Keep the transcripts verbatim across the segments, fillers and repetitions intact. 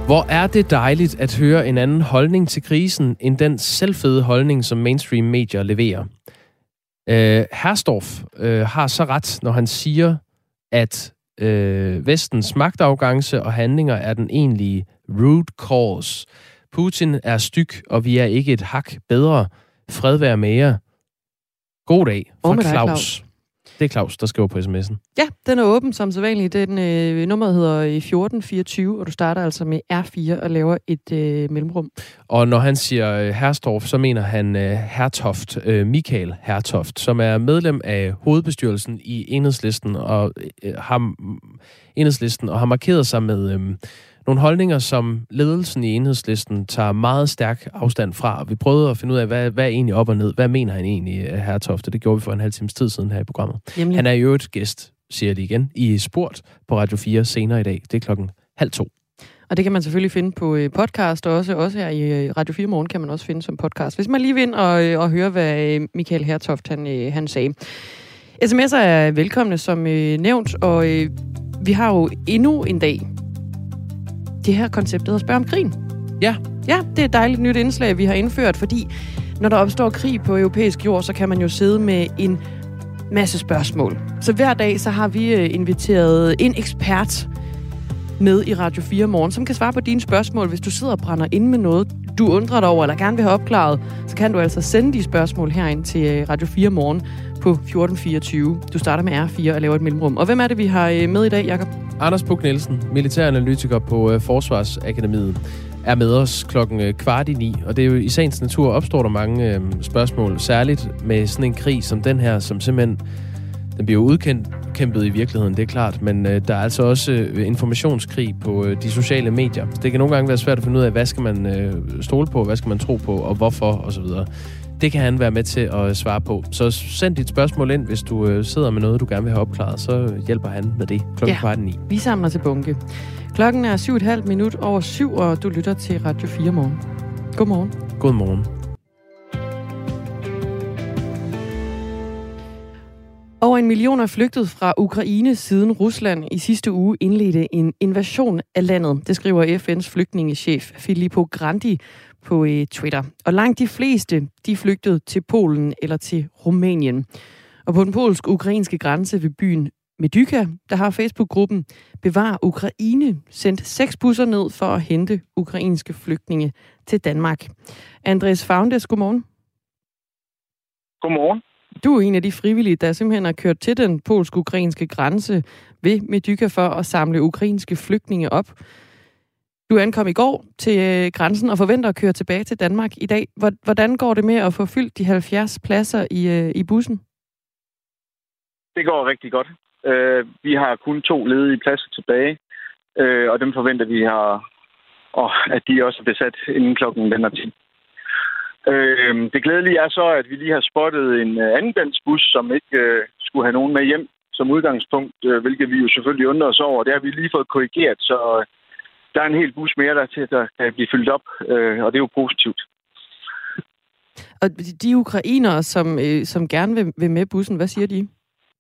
Hvor er det dejligt at høre en anden holdning til krisen, end den selvfede holdning, som mainstream medier leverer. Øh, Herstorff øh, har så ret, når han siger, at øh, vestens magtarrogance og handlinger er den egentlige root cause. Putin er styg, og vi er ikke et hak bedre. Fred være med jer. God dag fra Claus. Claus. Det er Claus, der skriver på sms'en. Ja, den er åben som sædvanligt. Den øh, nummeret hedder fjorten fireogtyve, og du starter altså med R fire og laver et øh, mellemrum. Og når han siger øh, Herstorff, så mener han øh, Hertoft, øh, Michael Hertoft, som er medlem af hovedbestyrelsen i Enhedslisten og øh, har Enhedslisten og har markeret sig med øh, nogle holdninger, som ledelsen i Enhedslisten tager meget stærk afstand fra. Vi prøvede at finde ud af, hvad, hvad er egentlig op og ned. Hvad mener han egentlig, Hertoft? Det gjorde vi for en halv times tid siden her i programmet. Jamen. Han er jo et gæst, siger det igen, i Sport på Radio fire senere i dag. Det er klokken halv to. Og det kan man selvfølgelig finde på podcast, og også, også her i Radio fire Morgen kan man også finde som podcast. Hvis man lige vil ind og, og høre, hvad Michael Hertoft han, han sagde. Sms'er er velkomne som nævnt, og vi har jo endnu en dag det her koncept, der hedder Spørg om krigen. Ja. Ja, det er et dejligt nyt indslag, vi har indført, fordi når der opstår krig på europæisk jord, så kan man jo sidde med en masse spørgsmål. Så hver dag, så har vi inviteret en ekspert med i Radio fire Morgen, som kan svare på dine spørgsmål. Hvis du sidder og brænder ind med noget, du undrer dig over, eller gerne vil have opklaret, så kan du altså sende de spørgsmål herind til Radio fire Morgen på fjorten fireogtyve. Du starter med R fire og laver et mellemrum. Og hvem er det, vi har med i dag, Jakob? Anders Buch Nielsen, militæranalytiker på uh, Forsvarsakademiet, er med os klokken kvart i ni. Og det er jo i sagens natur opstår der mange uh, spørgsmål, særligt med sådan en krig som den her, som simpelthen, den bliver jo udkæmpet i virkeligheden, det er klart, men uh, der er altså også uh, informationskrig på uh, de sociale medier. Det kan nogle gange være svært at finde ud af, hvad skal man uh, stole på, hvad skal man tro på, og hvorfor, osv. Det kan han være med til at svare på. Så send dit spørgsmål ind, hvis du øh, sidder med noget, du gerne vil have opklaret. Så hjælper han med det klokken kvart ni. Vi samler til bunke. Klokken er syv og et halvt minut over syv, og du lytter til Radio fire Morgen. Godmorgen. Godmorgen. Over en million er flygtet fra Ukraine siden Rusland i sidste uge indledte en invasion af landet. Det skriver F N's flygtningechef Filippo Grandi på øh, Twitter. Og langt de fleste, de flygtede til Polen eller til Rumænien. Og på den polsk-ukrainske grænse ved byen Medyka, der har Facebook-gruppen Bevar Ukraine sendt seks busser ned for at hente ukrainske flygtninge til Danmark. Andres Faundes, godmorgen. Godmorgen. Du er en af de frivillige, der simpelthen har kørt til den polsk-ukrainske grænse ved Medyka for at samle ukrainske flygtninge op. Du ankom i går til øh, grænsen og forventer at køre tilbage til Danmark i dag. Hvordan går det med at få fyldt de halvfjerds pladser i, øh, i bussen? Det går rigtig godt. Uh, vi har kun to ledige pladser tilbage, uh, og dem forventer vi, har, og at de også er besat inden klokken vender ti. Uh, det glædelige er så, at vi lige har spottet en uh, andendansbus, som ikke uh, skulle have nogen med hjem som udgangspunkt, uh, hvilket vi jo selvfølgelig undrer os over. Det har vi lige fået korrigeret, så uh, der er en hel bus mere, der til, der kan blive fyldt op, øh, og det er jo positivt. Og de ukrainere, som, øh, som gerne vil, vil med bussen, hvad siger de?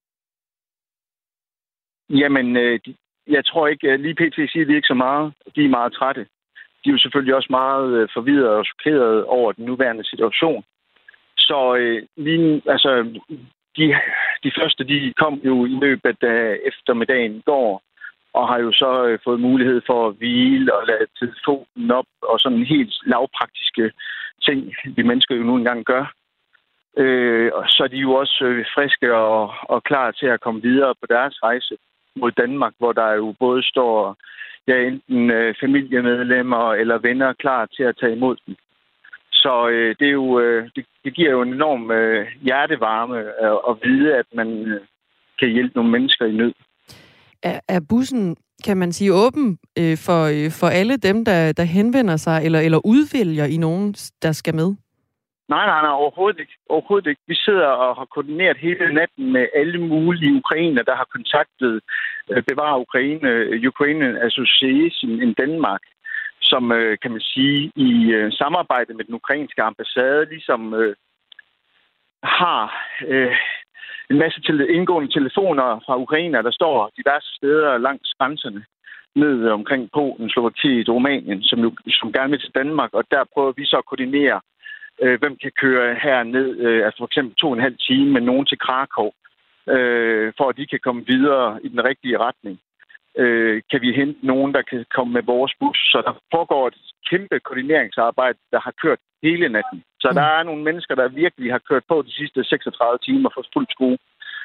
Jamen, øh, de, jeg tror ikke, lige pt. Siger de ikke så meget. De er meget trætte. De er jo selvfølgelig også meget øh, forvirret og chokeret over den nuværende situation. Så øh, lige, altså, de, de første, de kom jo i løbet af eftermiddagen i går, og har jo så øh, fået mulighed for at hvile og lade telefonen op, og sådan en helt lavpraktiske ting, vi mennesker jo nu engang gør. Øh, og så er de jo også øh, friske og, og klar til at komme videre på deres rejse mod Danmark, hvor der jo både står ja, enten øh, familiemedlemmer eller venner klar til at tage imod dem. Så øh, det, er jo, øh, det, det giver jo en enorm øh, hjertevarme øh, at vide, at man øh, kan hjælpe nogle mennesker i nød. Er, er bussen, kan man sige, åben øh, for, øh, for alle dem, der, der henvender sig, eller, eller udvælger i nogen, der skal med? Nej, nej, nej, overhovedet ikke. Overhovedet ikke. Vi sidder og har koordineret hele natten med alle mulige ukrainer, der har kontaktet øh, Bevar Ukraine, Ukrainian Association in Denmark, som, øh, kan man sige, i øh, samarbejde med den ukrainske ambassade, ligesom øh, har... Øh, en masse tele- indgående telefoner fra ukrainer, der står diverse steder langs grænserne ned omkring Polen, Slovakiet, Rumænien, som, jo, som gerne vil til Danmark, og der prøver vi så at koordinere, øh, hvem kan køre herned, øh, altså for eksempel to og en halv time med nogen til Krakow, øh, for at de kan komme videre i den rigtige retning. Øh, kan vi hente nogen, der kan komme med vores bus, så der foregår et kæmpe koordineringsarbejde, der har kørt hele natten. Så mm. der er nogle mennesker, der virkelig har kørt på de sidste seksogtredive timer for fuld skrue.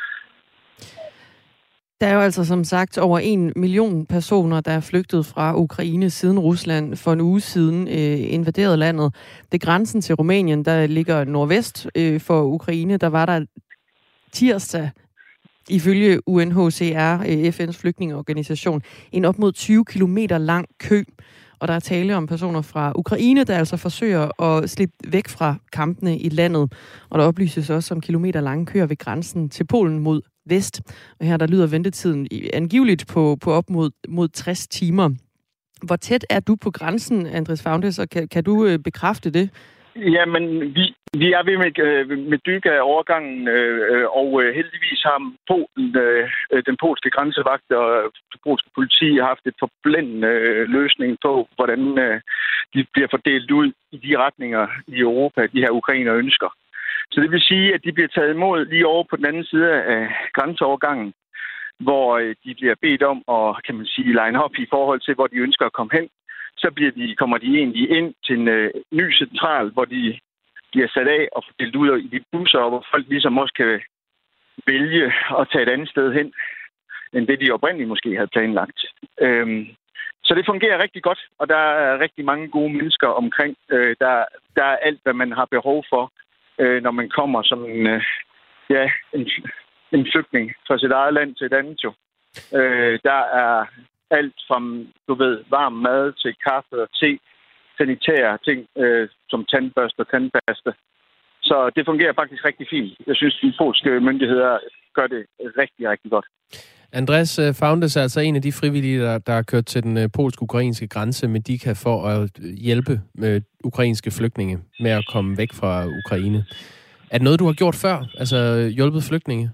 Der er jo altså som sagt over en million personer, der er flygtet fra Ukraine siden Rusland for en uge siden øh, invaderede landet. Det er grænsen til Rumænien, der ligger nordvest øh, for Ukraine. Der var der tirsdag, ifølge U N H C R, øh, F N's flygtningeorganisation, en op mod tyve kilometer lang kø. Og der er tale om personer fra Ukraine, der altså forsøger at slippe væk fra kampene i landet. Og der oplyses også om kilometer lange køer ved grænsen til Polen mod vest. Og her der lyder ventetiden angiveligt på, på op mod, mod tres timer. Hvor tæt er du på grænsen, Andres Foundes, og kan, kan du øh, bekræfte det? Jamen, vi, vi er ved med, med dykke af overgangen, øh, og øh, heldigvis har Polen, øh, den polske grænsevagt og det polske politi har haft et forblændende øh, løsning på, hvordan øh, de bliver fordelt ud i de retninger i Europa, de her ukrainer ønsker. Så det vil sige, at de bliver taget imod lige over på den anden side af grænseovergangen, hvor øh, de bliver bedt om at, kan man sige, line op i forhold til, hvor de ønsker at komme hen. Så bliver de, kommer de egentlig ind til en øh, ny central, hvor de bliver sat af og fordelt ud i de busser, hvor folk ligesom også kan vælge at tage et andet sted hen, end det de oprindeligt måske havde planlagt. Øhm, så det fungerer rigtig godt, og der er rigtig mange gode mennesker omkring. Øh, der, der er alt, hvad man har behov for, øh, når man kommer som en, øh, ja, en, en flygtning fra sit eget land til et andet jo. Øh, der er alt fra, du ved, varm mad til kaffe og te, sanitære ting, øh, som tandbørste og tandpaste. Så det fungerer faktisk rigtig fint. Jeg synes, de polske myndigheder gør det rigtig, rigtig godt. Andres Foundes er altså en af de frivillige, der, der er kørt til den polsk-ukrainske grænse med D I C A for at hjælpe med ukrainske flygtninge med at komme væk fra Ukraine. Er det noget, du har gjort før? Altså hjulpet flygtninge?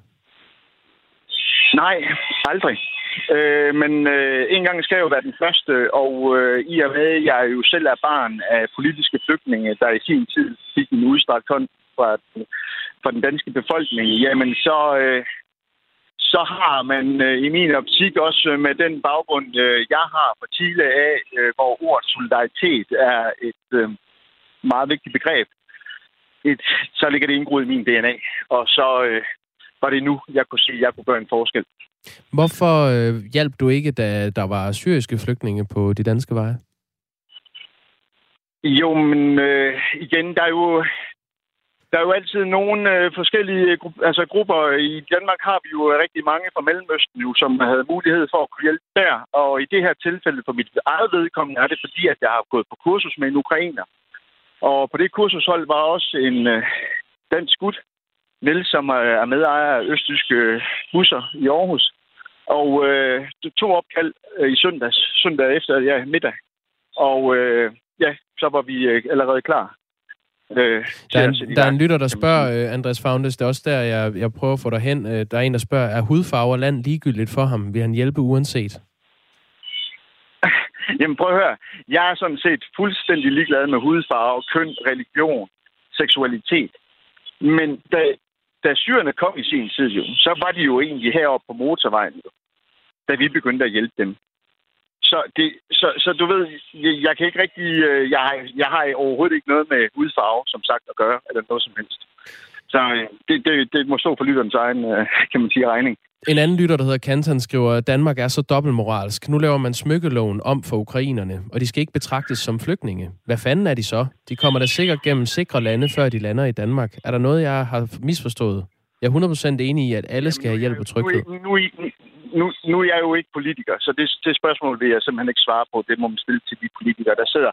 Nej, aldrig. Øh, men øh, en gang skal jeg jo være den første, og øh, i og med, at jeg jo selv er barn af politiske flygtninge, der i sin tid fik en udstrakt hånd fra, fra den danske befolkning, jamen så, øh, så har man øh, i min optik også med den baggrund, øh, jeg har fra Chile af, øh, hvor ordet solidaritet er et øh, meget vigtigt begreb, et, så ligger det indgroet i min D N A, og så øh, var det nu, jeg kunne sige, at jeg kunne gøre en forskel. Hvorfor øh, hjalp du ikke, da der var syriske flygtninge på de danske veje? Jo, men øh, igen, der er jo, der er jo altid nogle øh, forskellige gru- altså, grupper. I Danmark har vi jo rigtig mange fra Mellemøsten, jo, som havde mulighed for at kunne hjælpe der. Og i det her tilfælde, for mit eget vedkommende, er det fordi, at jeg har gået på kursus med en ukrainer. Og på det kursushold var også en øh, dansk gut, Niels, som er medejer af østtyske busser i Aarhus. Og øh, to opkald øh, i søndags, søndag efter ja, middag. Og øh, ja, så var vi øh, allerede klar. Øh, der, er en, der er en lytter, der spørger, øh, Andres Foundes, det er også der, jeg, jeg prøver at få dig hen. Øh, der er en, der spørger, er hudfarve og land ligegyldigt for ham? Vil han hjælpe uanset? Jamen prøv at høre. Jeg er sådan set fuldstændig ligeglad med hudfarve, køn, religion, seksualitet. Men da, da syrerne kom i sin tid, jo, så var de jo egentlig heroppe på motorvejen, jo, da vi begyndte at hjælpe dem. Så, det, så, så du ved, jeg, jeg kan ikke rigtig... Jeg har, jeg har overhovedet ikke noget med hudfarve, som sagt, at gøre, eller noget som helst. Så det, det, det må stå for lytterens egen, kan man sige, regning. En anden lytter, der hedder Kantan, skriver, at Danmark er så dobbeltmoralsk. Nu laver man smykkeloven om for ukrainerne, og de skal ikke betragtes som flygtninge. Hvad fanden er de så? De kommer da sikkert gennem sikre lande, før de lander i Danmark. Er der noget, jeg har misforstået? Jeg er hundrede procent enig i, at alle skal have hjælp og tryghed. Nu, nu, nu, nu er jeg jo ikke politiker, så det, det spørgsmål vil jeg simpelthen ikke svare på. Det må man stille til de politikere, der sidder.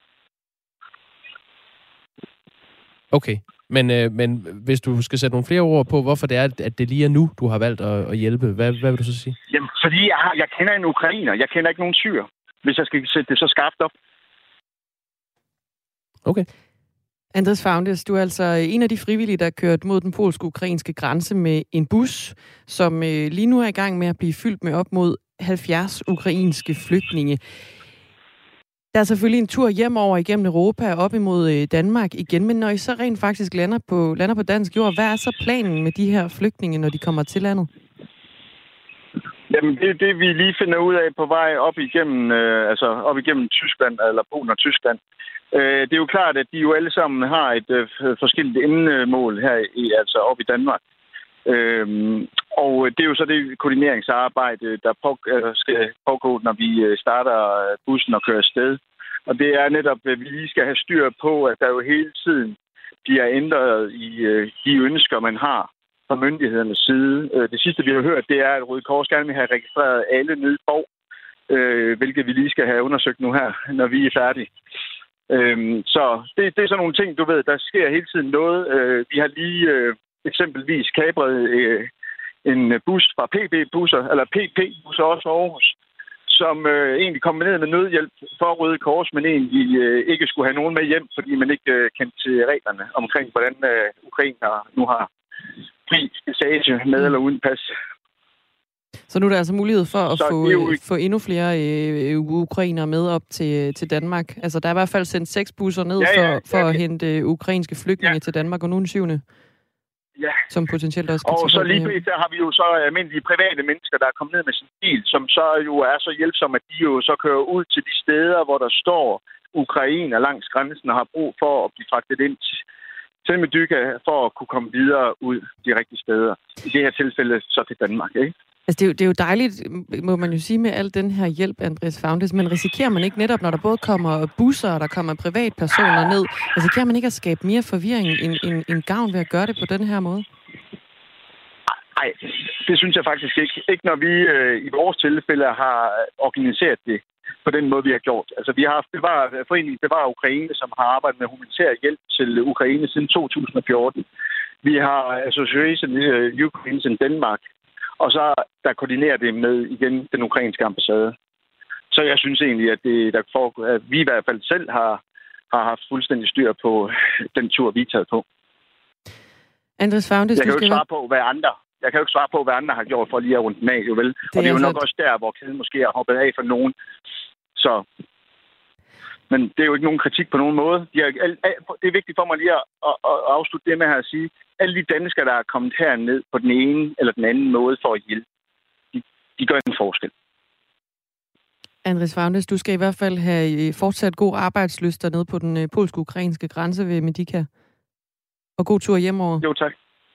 Okay. Men, øh, men hvis du skal sætte nogle flere ord på, hvorfor det er, at det lige er nu, du har valgt at, at hjælpe, hvad, hvad vil du så sige? Jamen, fordi jeg, har, jeg kender en ukrainer. Jeg kender ikke nogen syrer, hvis jeg skal sætte det så skarpt op. Okay. Andres Foundes, du er altså en af de frivillige, der kørt mod den polsk-ukrainske grænse med en bus, som lige nu er i gang med at blive fyldt med op mod halvfjerds ukrainske flygtninge. Der er selvfølgelig en tur hjem over igennem Europa og op imod Danmark igen, men når I så rent faktisk lander på, lander på dansk jord, hvad er så planen med de her flygtninge, når de kommer til landet? Jamen, det er det, vi lige finder ud af på vej op igennem, øh, altså op igennem Tyskland, eller Polen og Tyskland. Øh, det er jo klart, at de jo alle sammen har et øh, forskelligt endemål her, i, altså op i Danmark. Øh, og det er jo så det koordineringsarbejde, der på, øh, skal pågå, når vi starter bussen og kører afsted. Og det er netop, at vi lige skal have styr på, at der jo hele tiden bliver ændret i øh, de ønsker, man har fra myndighedernes side. Det sidste, vi har hørt, det er, at Røde Kors gerne vil have registreret alle nede i Borg, øh, hvilket vi lige skal have undersøgt nu her, når vi er færdige. Øh, så det, det er sådan nogle ting, du ved, der sker hele tiden noget. Øh, vi har lige øh, eksempelvis kapret øh, en bus fra P B-busser, eller P P-busser også fra Aarhus, som øh, egentlig kom ned med nødhjælp for Røde Kors, men egentlig øh, ikke skulle have nogen med hjem, fordi man ikke øh, kendte til reglerne omkring, hvordan øh, ukrainere nu har fri passage med eller uden pas. Så nu er der altså mulighed for at få, jo... få endnu flere øh, ukrainere med op til, til Danmark. Altså, der er i hvert fald sendt seks busser ned ja, ja, for, for ja, ja. at hente ukrainske flygtninge ja. til Danmark, og nu en syvende, ja. som potentielt også kan. Og så lige på der har vi jo så almindelige private mennesker, der er kommet ned med sin bil, som så jo er så hjælpsomme, at de jo så kører ud til de steder, hvor der står ukrainer langs grænsen og har brug for at blive fragtet ind til Medyka for at kunne komme videre ud de rigtige steder. I det her tilfælde så til Danmark, ikke? Altså, det er, jo, det er jo dejligt, må man jo sige, med al den her hjælp, Andres Foundes, men risikerer man ikke netop, når der både kommer busser og der kommer privatpersoner ned, risikerer man ikke at skabe mere forvirring end, end, end gavn ved at gøre det på den her måde? Nej, det synes jeg faktisk ikke. Ikke når vi øh, i vores tilfælde har organiseret det på den måde, vi har gjort. Altså, vi har haft bevar, foreningen Bevar Ukraine, som har arbejdet med humanitær hjælp til Ukraine siden to tusind og fjorten. Vi har Association Ukraine in Denmark, og så der koordinerer det med igen den ukrainske ambassade. Så jeg synes egentlig, at, det, der foregår, at vi i hvert fald selv har, har haft fuldstændig styr på den tur, vi er taget på. Andres Foundes, jeg kan jo ikke svare på, hvad andre Jeg kan jo ikke svare på, hvad andre har gjort for lige at runde den af, jo vel? Det og det er jo nok også der, hvor kæden måske har hoppet af for nogen. Så, men det er jo ikke nogen kritik på nogen måde. De er, det er vigtigt for mig lige at, at, at afslutte det med her at sige, alle de danskere, der er kommet herned på den ene eller den anden måde for at hjælpe, de, de gør en forskel. Andres Foundes, du skal i hvert fald have fortsat god arbejdslyst dernede på den polsk-ukrainske grænse ved Medyka. Og god tur hjemover. Jo, tak.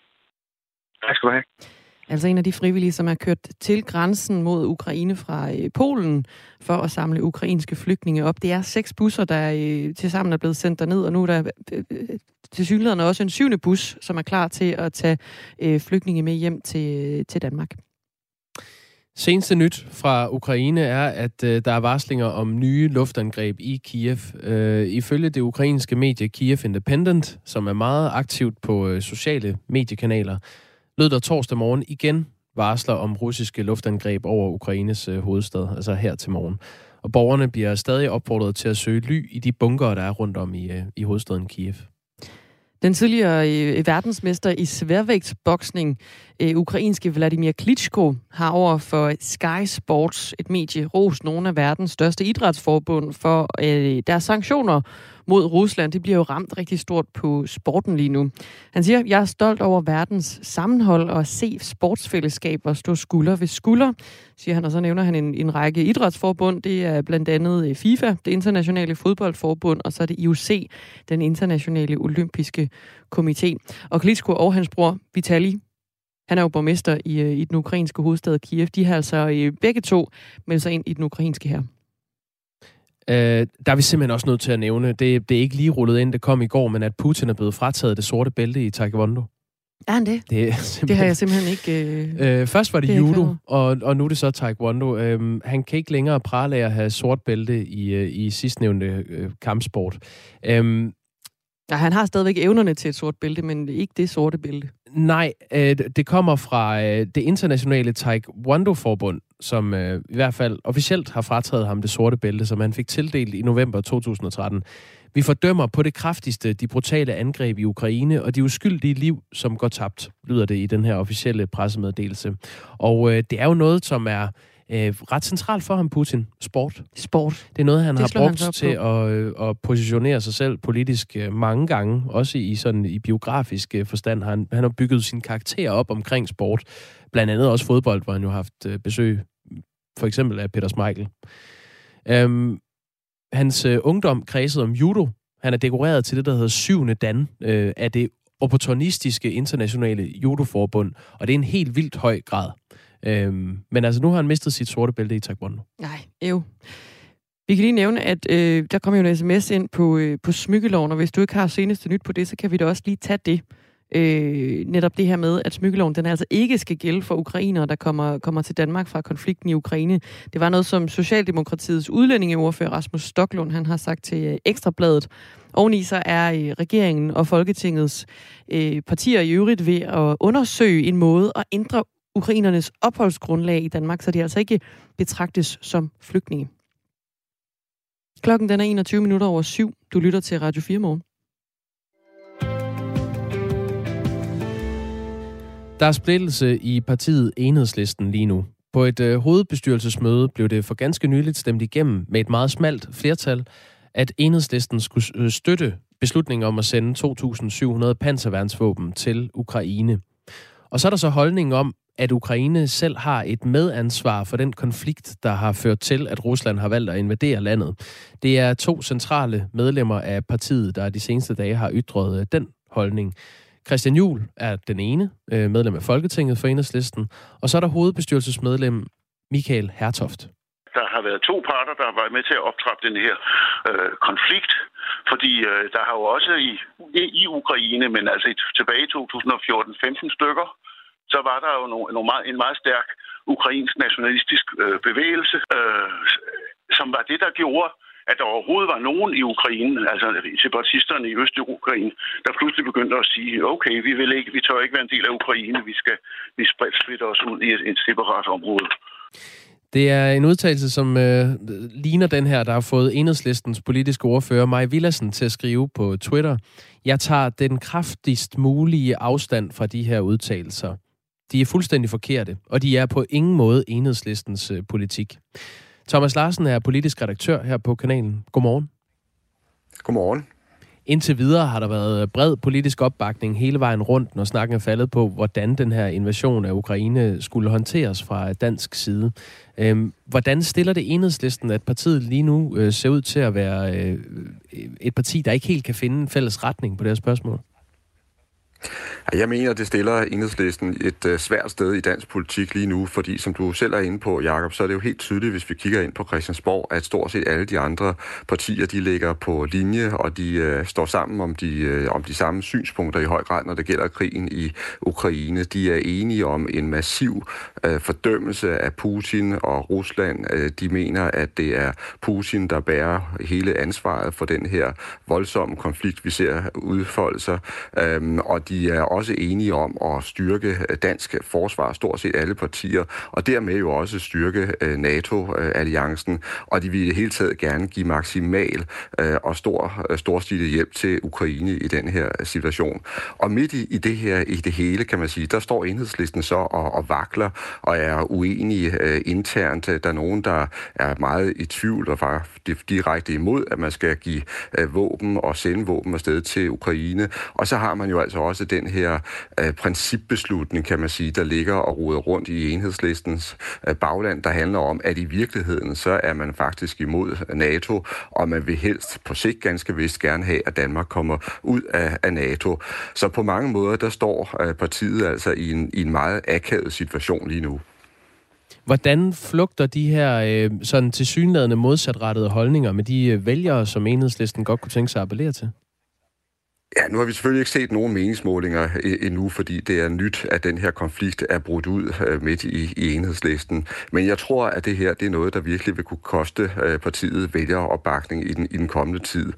Tak skal du have. Altså en af de frivillige, som er kørt til grænsen mod Ukraine fra øh, Polen for at samle ukrainske flygtninge op. Det er seks busser, der øh, tilsammen er blevet sendt derned, og nu er der øh, tilsyneladende også en syvende bus, som er klar til at tage øh, flygtninge med hjem til, til Danmark. Seneste nyt fra Ukraine er, at øh, der er varslinger om nye luftangreb i Kiev. Øh, ifølge det ukrainske medie Kiev Independent, som er meget aktivt på øh, sociale mediekanaler, lød der torsdag morgen igen varsler om russiske luftangreb over Ukraines øh, hovedstad, altså her til morgen. Og borgerne bliver stadig opfordret til at søge ly i de bunker, der er rundt om i, øh, i hovedstaden Kiev. Den tidligere øh, verdensmester i sværvægtsboksning, øh, ukrainske Vladimir Klitschko, har over for Sky Sports, et medie, rost nogle af verdens største idrætsforbund for øh, deres sanktioner mod Rusland. Det bliver jo ramt rigtig stort på sporten lige nu. Han siger, jeg er stolt over verdens sammenhold og se sportsfællesskaber stå skulder ved skulder, siger han, og så nævner han en, en række idrætsforbund. Det er blandt andet FIFA, det internationale fodboldforbund, og så er det I O C, den internationale olympiske komité. Og Klitschko og hans bror Vitali, han er jo borgmester i, i den ukrainske hovedstad Kiev. De har altså begge to meldt sig ind i den ukrainske hær. Uh, der er vi simpelthen også nødt til at nævne, det, det er ikke lige rullet ind, det kom i går, men at Putin er blevet frataget det sorte bælte i taekwondo. Er han det? Det, det har jeg simpelthen ikke... Uh, uh, først var det, det judo, og, og nu er det så taekwondo. Uh, han kan ikke længere prale af at have sort bælte i, uh, i sidstnævnte uh, kampsport. Uh, ja, han har stadigvæk evnerne til et sort bælte, men ikke det sorte bælte. Nej, øh, det kommer fra øh, det internationale Taekwondo-forbund, som øh, i hvert fald officielt har frataget ham det sorte bælte, som han fik tildelt i november to tusind og tretten. Vi fordømmer på det kraftigste de brutale angreb i Ukraine og de uskyldige liv, som går tabt, lyder det i den her officielle pressemeddelelse. Og øh, det er jo noget, som er øh, ret centralt for ham, Putin. Sport. Sport. Det er noget, han det har brugt han til at, øh, at positionere sig selv politisk øh, mange gange, også i sådan i biografisk øh, forstand. Han, han har bygget sin karakter op omkring sport. Blandt andet også fodbold, hvor han jo har haft øh, besøg, for eksempel af Peter Schmeichel. Øhm, Hans øh, ungdom kredsede om judo. Han er dekoreret til det, der hedder syvende dan øh, af det opportunistiske internationale judoforbund, og det er en helt vildt høj grad. Øhm, men altså, nu har han mistet sit sorte bælte i Taekwondo. Nej, ev. Vi kan lige nævne, at øh, der kommer jo en sms ind på, øh, på smykkeloven, og hvis du ikke har seneste nyt på det, så kan vi da også lige tage det. Øh, netop det her med, at smykkeloven den altså ikke skal gælde for ukrainere, der kommer, kommer til Danmark fra konflikten i Ukraine. Det var noget, som Socialdemokratiets udlændingeordfører Rasmus Stoklund han har sagt til øh, Ekstrabladet. Oveni så er øh, regeringen og Folketingets øh, partier i øvrigt ved at undersøge en måde at ændre ukrainernes opholdsgrundlag i Danmark, så de altså ikke betragtes som flygtninge. Klokken den er enogtyve minutter over syv. Du lytter til Radio fire Morgen. Der er splittelse i partiet Enhedslisten lige nu. På et øh, hovedbestyrelsesmøde blev det for ganske nyligt stemt igennem med et meget smalt flertal, at Enhedslisten skulle støtte beslutningen om at sende to tusind syv hundrede panserværnsvåben til Ukraine. Og så er der så holdningen om, at Ukraine selv har et medansvar for den konflikt, der har ført til, at Rusland har valgt at invadere landet. Det er to centrale medlemmer af partiet, der de seneste dage har ytret den holdning. Christian Juhl er den ene medlem af Folketinget for Enhedslisten, og så er der hovedbestyrelsesmedlem Michael Hertoft. Der har været to parter, der har været med til at optrappe den her øh, konflikt, fordi øh, der har jo også i, i Ukraine, men altså tilbage i to tusind og fjorten femten stykker, så var der jo no, no meget, en meget stærk ukrainsk nationalistisk øh, bevægelse, øh, som var det, der gjorde, at der overhovedet var nogen i Ukraine, altså separatisterne i Øst-Ukraine, der pludselig begyndte at sige, okay, vi vil ikke, vi tør ikke være en del af Ukraine, vi skal vi splitter os ud i et, et separat område. Det er en udtalelse, som øh, ligner den her, der har fået Enhedslistens politiske ordfører Mai Villadsen til at skrive på Twitter. Jeg tager den kraftigst mulige afstand fra de her udtalelser. De er fuldstændig forkerte, og de er på ingen måde Enhedslistens øh, politik. Thomas Larsen er politisk redaktør her på kanalen. Godmorgen. Godmorgen. Indtil videre har der været bred politisk opbakning hele vejen rundt, når snakken er faldet på, hvordan den her invasion af Ukraine skulle håndteres fra dansk side. Øhm, hvordan stiller det Enhedslisten, at partiet lige nu øh, ser ud til at være øh, et parti, der ikke helt kan finde en fælles retning på det her spørgsmål? Jeg mener, det stiller Enhedslisten et uh, svært sted i dansk politik lige nu, fordi som du selv er inde på, Jakob, så er det jo helt tydeligt, hvis vi kigger ind på Christiansborg, at stort set alle de andre partier, de ligger på linje, og de uh, står sammen om de, uh, om de samme synspunkter i høj grad, når det gælder krigen i Ukraine. De er enige om en massiv uh, fordømmelse af Putin og Rusland. Uh, de mener, at det er Putin, der bærer hele ansvaret for den her voldsomme konflikt, vi ser udfolde sig, um, og de er også enige om at styrke dansk forsvar, stort set alle partier, og dermed jo også styrke NATO-alliancen, og de vil i det hele taget gerne give maksimal og stor, storstilet hjælp til Ukraine i den her situation. Og midt i, i det her, i det hele, kan man sige, der står Enhedslisten så og, og vakler og er uenige internt. Der er nogen, der er meget i tvivl og faktisk direkte imod, at man skal give våben og sende våben afsted til Ukraine. Og så har man jo altså også den her øh, principbeslutning, kan man sige, der ligger og roder rundt i Enhedslistens øh, bagland, der handler om, at i virkeligheden, så er man faktisk imod NATO, og man vil helst på sigt ganske vist gerne have, at Danmark kommer ud af, af NATO. Så på mange måder, der står øh, partiet altså i en, i en meget akavet situation lige nu. Hvordan flugter de her øh, sådan tilsyneladende modsatrettede holdninger med de øh, vælgere, som Enhedslisten godt kunne tænke sig at appellere til? Ja, nu har vi selvfølgelig ikke set nogen meningsmålinger endnu, fordi det er nyt, at den her konflikt er brudt ud midt i, i Enhedslisten. Men jeg tror, at det her det er noget, der virkelig vil kunne koste partiet vælgeropbakning i den, i den kommende tid.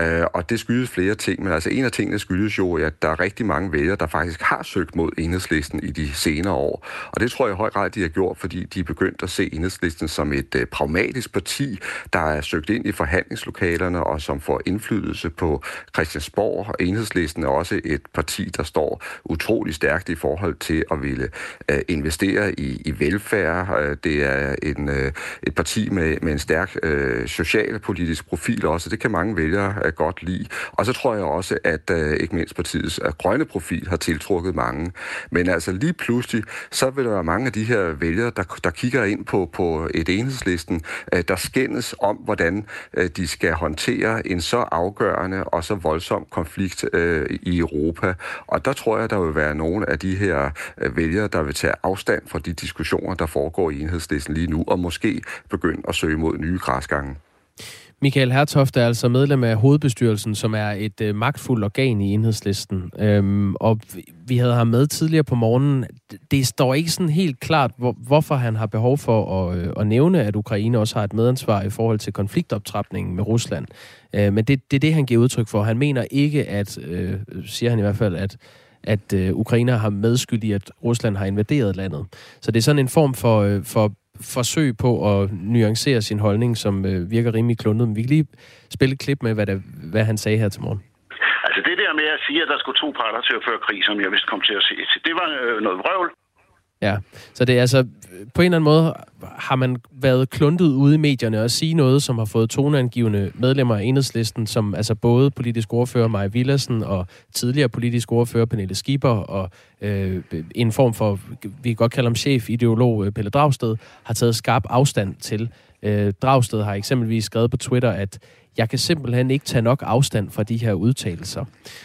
Og det skyldes flere ting, men altså en af tingene skyldes jo, at der er rigtig mange vælgere, der faktisk har søgt mod Enhedslisten i de senere år. Og det tror jeg i høj grad, de har gjort, fordi de er begyndt at se Enhedslisten som et pragmatisk parti, der er søgt ind i forhandlingslokalerne og som får indflydelse på Christiansborg. Enhedslisten er også et parti, der står utrolig stærkt i forhold til at ville uh, investere i, i velfærd. Uh, det er en, uh, et parti med, med en stærk uh, socialpolitisk profil også, det kan mange vælgere uh, godt lide. Og så tror jeg også, at uh, ikke mindst partiets uh, grønne profil har tiltrukket mange. Men altså lige pludselig, så vil der være mange af de her vælgere, der, der kigger ind på, på et Enhedslisten, uh, der skændes om, hvordan uh, de skal håndtere en så afgørende og så voldsom konflikt i Europa. Og der tror jeg, der vil være nogle af de her vælgere, der vil tage afstand fra de diskussioner, der foregår i Enhedslisten lige nu, og måske begynde at søge mod nye græsgange. Michael Hertoft er altså medlem af hovedbestyrelsen, som er et øh, magtfuldt organ i Enhedslisten. Øhm, og vi havde ham med tidligere på morgenen. Det står ikke sådan helt klart, hvor, hvorfor han har behov for at, øh, at nævne, at Ukraine også har et medansvar i forhold til konfliktoptrapningen med Rusland. Øh, men det, det er det, han giver udtryk for. Han mener ikke, at, øh, siger han i hvert fald, at at øh, Ukraine har medskyld i, at Rusland har invaderet landet. Så det er sådan en form for, øh, for forsøg på at nuancere sin holdning, som øh, virker rimelig kluntet. Men vi kan lige spille et klip med, hvad, der, hvad han sagde her til morgen. Altså det der med at sige, at der skulle to parter til at føre krig, som jeg vist kom til at se til, det var øh, noget vrøvl. Ja, så det er altså, på en eller anden måde har man været kluntet ude i medierne og sige noget, som har fået toneangivende medlemmer af Enhedslisten, som altså både politisk ordfører Maja Villadsen og tidligere politisk ordfører Pernille Skipper og øh, en form for, vi kan godt kalde ham chefideolog Pelle Dragsted, har taget skarp afstand til. Øh, Dragsted har eksempelvis skrevet på Twitter, at jeg kan simpelthen ikke tage nok afstand fra de her udtalelser.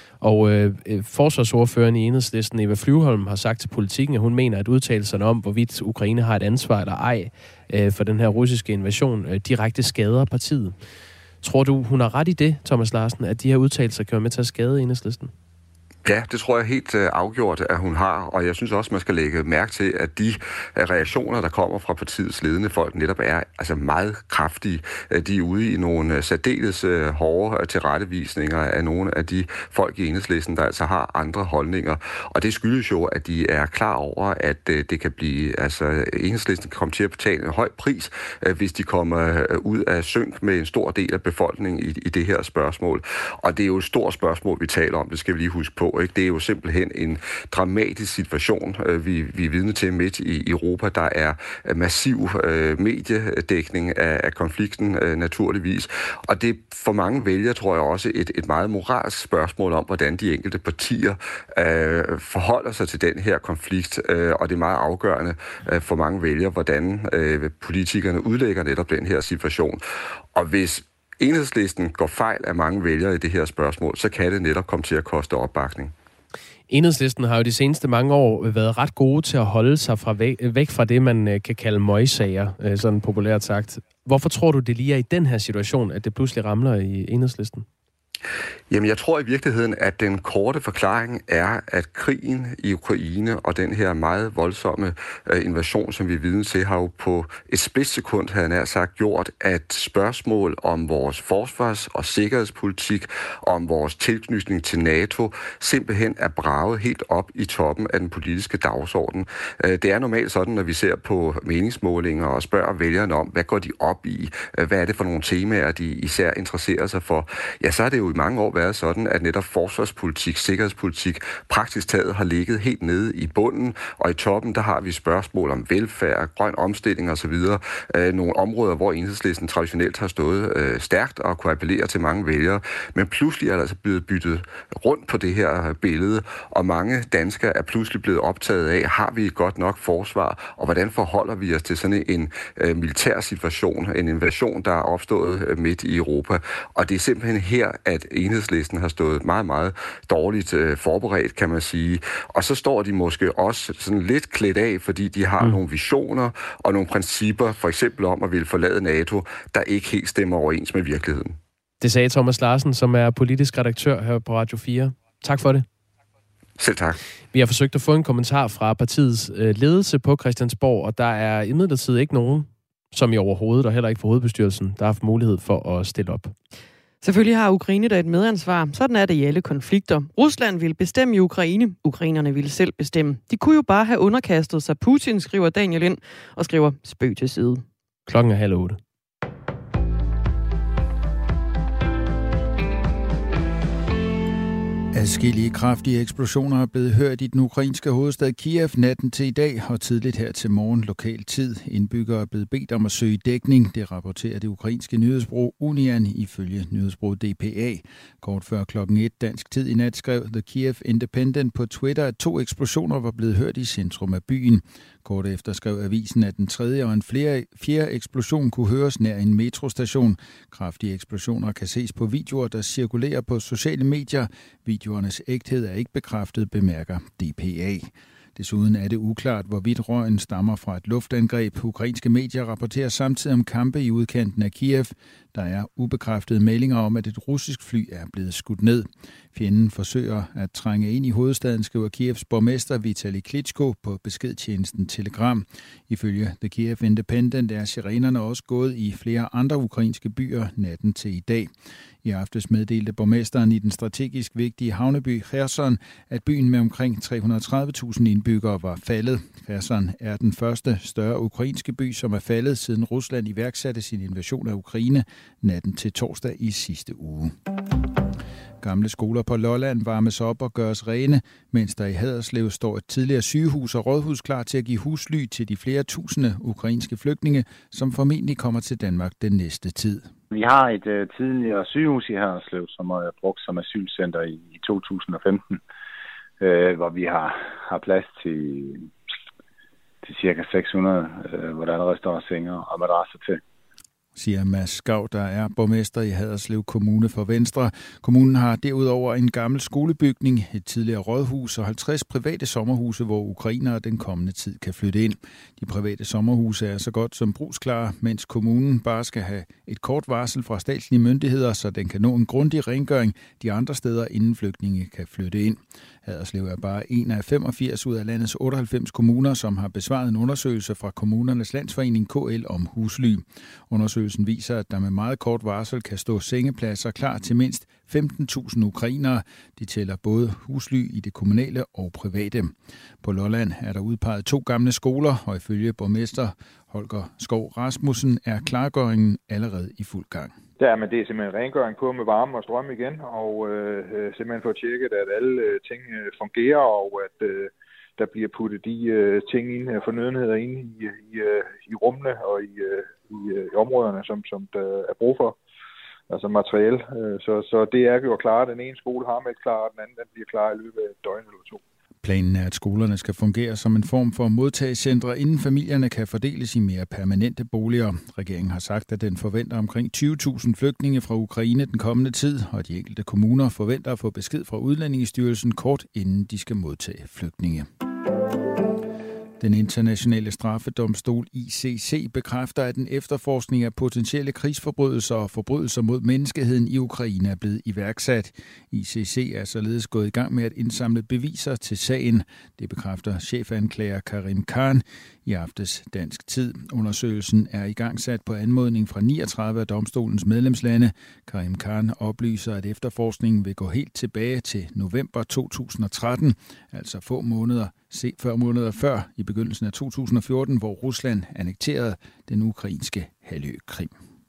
Og øh, forsvarsordføreren i Enhedslisten, Eva Flyvholm, har sagt til Politikken, at hun mener, at udtalelserne om, hvorvidt Ukraine har et ansvar eller ej øh, for den her russiske invasion, øh, direkte skader partiet. Tror du, hun har ret i det, Thomas Larsen, at de her udtalelser kan være med til at skade Enhedslisten? Ja, det tror jeg helt øh, afgjort, at hun har, og jeg synes også, man skal lægge mærke til, at de øh, reaktioner, der kommer fra partiets ledende folk, netop er altså meget kraftige. De er ude i nogle øh, særdeles øh, hårde øh, tilrettevisninger af nogle af de folk i Enhedslisten, der altså har andre holdninger. Og det skyldes jo, at de er klar over, at øh, det kan blive, altså Enhedslisten kan komme til at betale en høj pris, øh, hvis de kommer øh, ud af synk med en stor del af befolkningen i, i det her spørgsmål. Og det er jo et stort spørgsmål, vi taler om, det skal vi lige huske på. Ikke? Det er jo simpelthen en dramatisk situation, vi, vi er vidne til midt i Europa. Der er massiv øh, mediedækning af, af konflikten øh, naturligvis. Og det for mange vælgere, tror jeg også, et, et meget moralsk spørgsmål om, hvordan de enkelte partier øh, forholder sig til den her konflikt. Øh, og det er meget afgørende øh, for mange vælgere, hvordan øh, politikerne udlægger netop den her situation. Og hvis Enhedslisten går fejl af mange vælgere i det her spørgsmål, så kan det netop komme til at koste opbakning. Enhedslisten har jo de seneste mange år været ret gode til at holde sig fra væk, væk fra det, man kan kalde møgsager, sådan populært sagt. Hvorfor tror du, det lige er i den her situation, at det pludselig ramler i Enhedslisten? Jamen, jeg tror i virkeligheden, at den korte forklaring er, at krigen i Ukraine og den her meget voldsomme øh, invasion, som vi er vidne til, har jo på et splitsekund, havde jeg nær sagt, gjort, at spørgsmål om vores forsvars- og sikkerhedspolitik, om vores tilknytning til NATO, simpelthen er braget helt op i toppen af den politiske dagsorden. Øh, det er normalt sådan, når vi ser på meningsmålinger og spørger vælgerne om, hvad går de op i? Hvad er det for nogle temaer, de især interesserer sig for? Ja, så er det jo i mange år været sådan, at netop forsvarspolitik, sikkerhedspolitik praktisk taget har ligget helt nede i bunden, og i toppen, der har vi spørgsmål om velfærd, grøn omstilling osv. Øh, nogle områder, hvor Enhedslisten traditionelt har stået øh, stærkt og kunne appellere til mange vælgere. Men pludselig er der altså blevet byttet rundt på det her billede, og mange danskere er pludselig blevet optaget af, har vi et godt nok forsvar, og hvordan forholder vi os til sådan en øh, militær situation, en invasion, der er opstået øh, midt i Europa. Og det er simpelthen her, at Enhedslisten har stået meget, meget dårligt øh, forberedt, kan man sige. Og så står de måske også sådan lidt klædt af, fordi de har mm. nogle visioner og nogle principper, for eksempel om at ville forlade NATO, der ikke helt stemmer overens med virkeligheden. Det sagde Thomas Larsen, som er politisk redaktør her på Radio fire. Tak for det. Selv tak. Vi har forsøgt at få en kommentar fra partiets øh, ledelse på Christiansborg, og der er imidlertid ikke nogen, som i overhovedet, og heller ikke for hovedbestyrelsen, der har haft mulighed for at stille op. Selvfølgelig har Ukraine da et medansvar. Sådan er det i alle konflikter. Rusland ville bestemme i Ukraine. Ukrainerne ville selv bestemme. De kunne jo bare have underkastet sig Putin, skriver Daniel ind, og skriver spøg til side. Klokken er halv otte. Adskillige kraftige eksplosioner er blevet hørt i den ukrainske hovedstad Kiev natten til i dag og tidligt her til morgen lokal tid. Indbyggere er blevet bedt om at søge dækning. Det rapporterer det ukrainske nyhedsbureau Unian ifølge nyhedsbureauet D P A. Kort før klokken et dansk tid i nat skrev The Kiev Independent på Twitter, at to eksplosioner var blevet hørt i centrum af byen. Kort efter skrev avisen, at den tredje og en flere, fjerde eksplosion kunne høres nær en metrostation. Kraftige eksplosioner kan ses på videoer, der cirkulerer på sociale medier. Videoernes ægthed er ikke bekræftet, bemærker D P A. Desuden er det uklart, hvorvidt røgen stammer fra et luftangreb. Ukrainske medier rapporterer samtidig om kampe i udkanten af Kiev. Der er ubekræftede meldinger om, at et russisk fly er blevet skudt ned. Fjenden forsøger at trænge ind i hovedstaden, skriver Kievs borgmester Vitali Klitschko på beskedtjenesten Telegram. Ifølge The Kiev Independent er sirenerne også gået i flere andre ukrainske byer natten til i dag. I aftes meddelte borgmesteren i den strategisk vigtige havneby Kherson, at byen med omkring tre hundrede og tredive tusind indbyggere var faldet. Kherson er den første større ukrainske by, som er faldet, siden Rusland iværksatte sin invasion af Ukraine natten til torsdag i sidste uge. Gamle skoler på Lolland varmes op og gøres rene, mens der i Haderslev står et tidligere sygehus og rådhus klar til at give husly til de flere tusinde ukrainske flygtninge, som formentlig kommer til Danmark den næste tid. Vi har et øh, tidligere sygehus i Haderslev, som er brugt som asylcenter i, i to tusind og femten, øh, hvor vi har, har plads til, til cirka seks hundrede, øh, hvor der allerede står senger og madrasser til. Siger Mads Skav, der er borgmester i Haderslev Kommune for Venstre. Kommunen har derudover en gammel skolebygning, et tidligere rådhus og halvtreds private sommerhuse, hvor ukrainere den kommende tid kan flytte ind. De private sommerhuse er så godt som brugsklare, mens kommunen bare skal have et kort varsel fra statslige myndigheder, så den kan nå en grundig rengøring de andre steder, inden flygtninge kan flytte ind. Haderslev er bare en af femogfirs ud af landets otteoghalvfems kommuner, som har besvaret en undersøgelse fra Kommunernes Landsforening K L om husly. Undersøgelsen viser, at der med meget kort varsel kan stå sengepladser klar til mindst femten tusind ukrainere. De tæller både husly i det kommunale og private. På Lolland er der udpeget to gamle skoler, og ifølge borgmester Holger Skov Rasmussen er klargøringen allerede i fuld gang. Der, men det er simpelthen rengøring på med varme og strøm igen, og øh, simpelthen få tjekket, at alle øh, ting øh, fungerer, og at øh, der bliver puttet de øh, ting ind, fornødenheder ind i, i, øh, i rummene og i, øh, i, øh, i områderne, som, som der er brug for, altså materiel. Så, så det er jo klar. Den ene skole har meldt klar, og den anden den bliver klar i løbet af et døgn eller to. Planen er, at skolerne skal fungere som en form for modtagecentre, inden familierne kan fordeles i mere permanente boliger. Regeringen har sagt, at den forventer omkring tyve tusind flygtninge fra Ukraine den kommende tid, og de enkelte kommuner forventer at få besked fra Udlændingestyrelsen kort inden de skal modtage flygtninge. Den internationale straffedomstol I C C bekræfter, at en efterforskning af potentielle krigsforbrydelser og forbrydelser mod menneskeheden i Ukraine er blevet iværksat. I C C er således gået i gang med at indsamle beviser til sagen. Det bekræfter chefanklager Karim Khan i aftes dansk tid. Undersøgelsen er i gang sat på anmodning fra niogtredive af domstolens medlemslande. Karim Khan oplyser, at efterforskningen vil gå helt tilbage til november to tusind og tretten, altså få måneder Se før måneder før, i begyndelsen af to tusind og fjorten, hvor Rusland annekterede den ukrainske halvø Krim.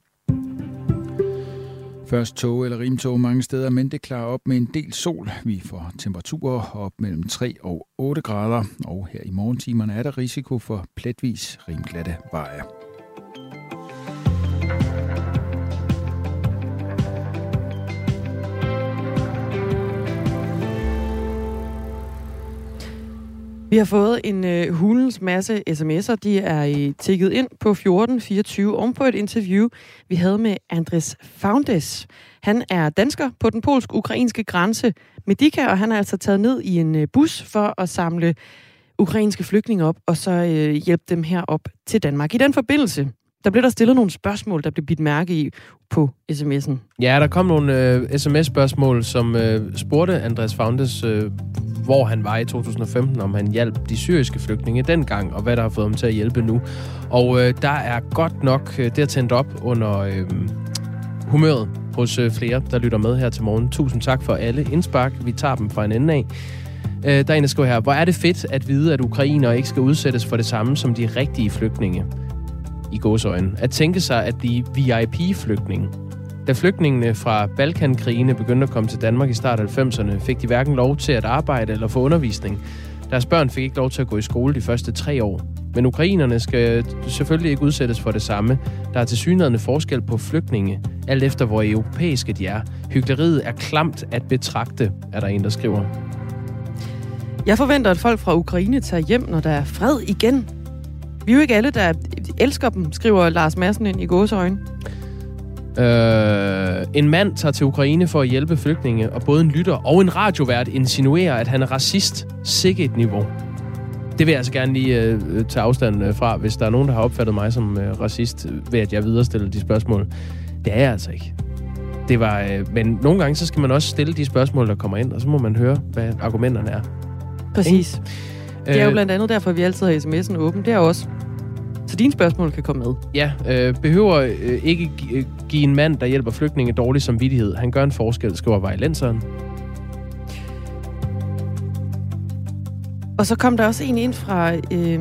Først tog eller rimtog mange steder, men det klarer op med en del sol. Vi får temperaturer op mellem tre og otte grader, og her i morgentimerne er der risiko for pletvis rimglatte veje. Vi har fået en øh, hulens masse sms'er. De er øh, tikket ind på fjorten fireogtyve om på et interview, vi havde med Andres Foundes. Han er dansker på den polsk-ukrainske grænse Medica, og han er altså taget ned i en øh, bus for at samle ukrainske flygtninge op, og så øh, hjælpe dem herop til Danmark. I den forbindelse Der blev der stillet nogle spørgsmål, der blev bidt mærke i på sms'en. Ja, der kom nogle øh, sms-spørgsmål, som øh, spurgte Andreas Foundes, øh, hvor han var i to tusind og femten, om han hjalp de syriske flygtninge dengang, og hvad der har fået ham til at hjælpe nu. Og øh, der er godt nok øh, det er tændt op under øh, humøret hos øh, flere, der lytter med her til morgen. Tusind tak for alle indspark. Vi tager dem fra en ende af. Øh, der er en, der skriver her: hvor er det fedt at vide, at ukrainere ikke skal udsættes for det samme som de rigtige flygtninge. I gåseøjne. At tænke sig at blive V I P-flygtninge. Da flygtningene fra Balkankrigene begyndte at komme til Danmark i start af halvfemserne, fik de hverken lov til at arbejde eller få undervisning. Deres børn fik ikke lov til at gå i skole de første tre år. Men ukrainerne skal selvfølgelig ikke udsættes for det samme. Der er tilsyneladende forskel på flygtninge, alt efter hvor europæiske de er. Hykleriet er klamt at betragte, er der en, der skriver. Jeg forventer, at folk fra Ukraine tager hjem, når der er fred igen. Vi er jo ikke alle, der elsker dem, skriver Lars Madsen ind i gåseøjne. Øh, en mand tager til Ukraine for at hjælpe flygtninge, og både en lytter og en radiovært insinuerer, at han er racist. Sikke et niveau. Det vil jeg altså gerne lige øh, tage afstand øh, fra, hvis der er nogen, der har opfattet mig som øh, racist, ved at jeg viderestiller de spørgsmål. Det er jeg altså ikke. Det var, øh, men nogle gange, så skal man også stille de spørgsmål, der kommer ind, og så må man høre, hvad argumenterne er. Præcis. Det er jo blandt andet derfor, vi altid har sms'en åben. Det er også, så dine spørgsmål kan komme med. Ja, øh, behøver øh, ikke gi- give en mand, der hjælper flygtninge, dårlig samvittighed. Han gør en forskel, skriver vejlenseren. Og så kom der også en ind fra øh,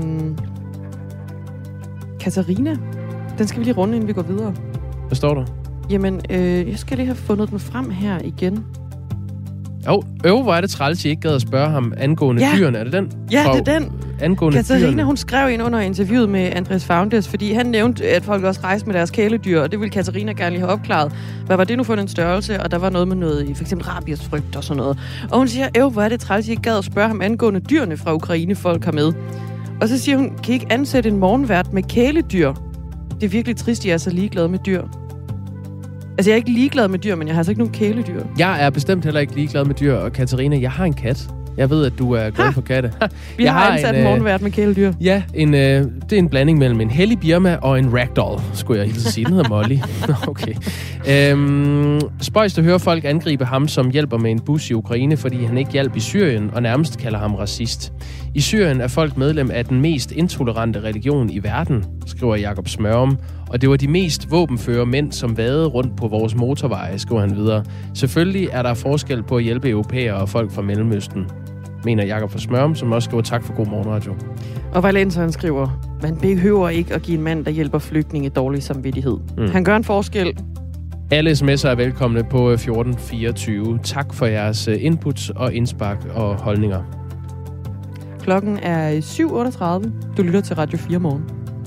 Katarina. Den skal vi lige runde, inden vi går videre. Hvad står der? Jamen, øh, jeg skal lige have fundet den frem her igen. Jo, øv, hvor er det træls, I ikke gad at spørge ham angående ja. dyrene. Er det den? Ja, Fra, det er den. Angående Katarina, dyrene. hun skrev ind under interviewet med Andreas Foundes, fordi han nævnte, at folk også rejste med deres kæledyr, og det ville Katarina gerne lige have opklaret. Hvad var det nu for en størrelse? Og der var noget med noget, for eksempel rabiesfrygt og sådan noget. Og hun siger, øv, hvor er det træls, I ikke gad at spørge ham angående dyrene fra Ukraine, folk har med. Og så siger hun, kan I ikke ansætte en morgenvært med kæledyr? Det er virkelig trist, I er så ligeglade med dyr. Altså, jeg er ikke ligeglad med dyr, men jeg har altså ikke nogen kæledyr. Jeg er bestemt heller ikke ligeglad med dyr, og Katarina, jeg har en kat. Jeg ved, at du er glad for katte. Vi jeg har, har ansat en morgenvært med kæledyr. Ja, en, øh, det er en blanding mellem en hellig birma og en ragdoll, skulle jeg hilse sige. Den hedder Molly. Okay. Øhm, spøjst at høre folk angribe ham, som hjælper med en bus i Ukraine, fordi han ikke hjalp i Syrien, og nærmest kalder ham racist. I Syrien er folk medlem af den mest intolerante religion i verden, skriver Jakob Smørum. Og det var de mest våbenføre mænd, som vadede rundt på vores motorveje, skriver han videre. Selvfølgelig er der forskel på at hjælpe europæere og folk fra Mellemøsten, mener Jakob fra Smørum, som også skriver tak for god morgenradio. Og Valenseren skriver, man behøver ikke at give en mand, der hjælper flygtninge, dårlig samvittighed. Mm. Han gør en forskel. Alle sms'er er velkomne på fjorten fireogtyve. Tak for jeres input og indspark og holdninger. Klokken er syv otteogtredive. Du lytter til Radio fire morgen.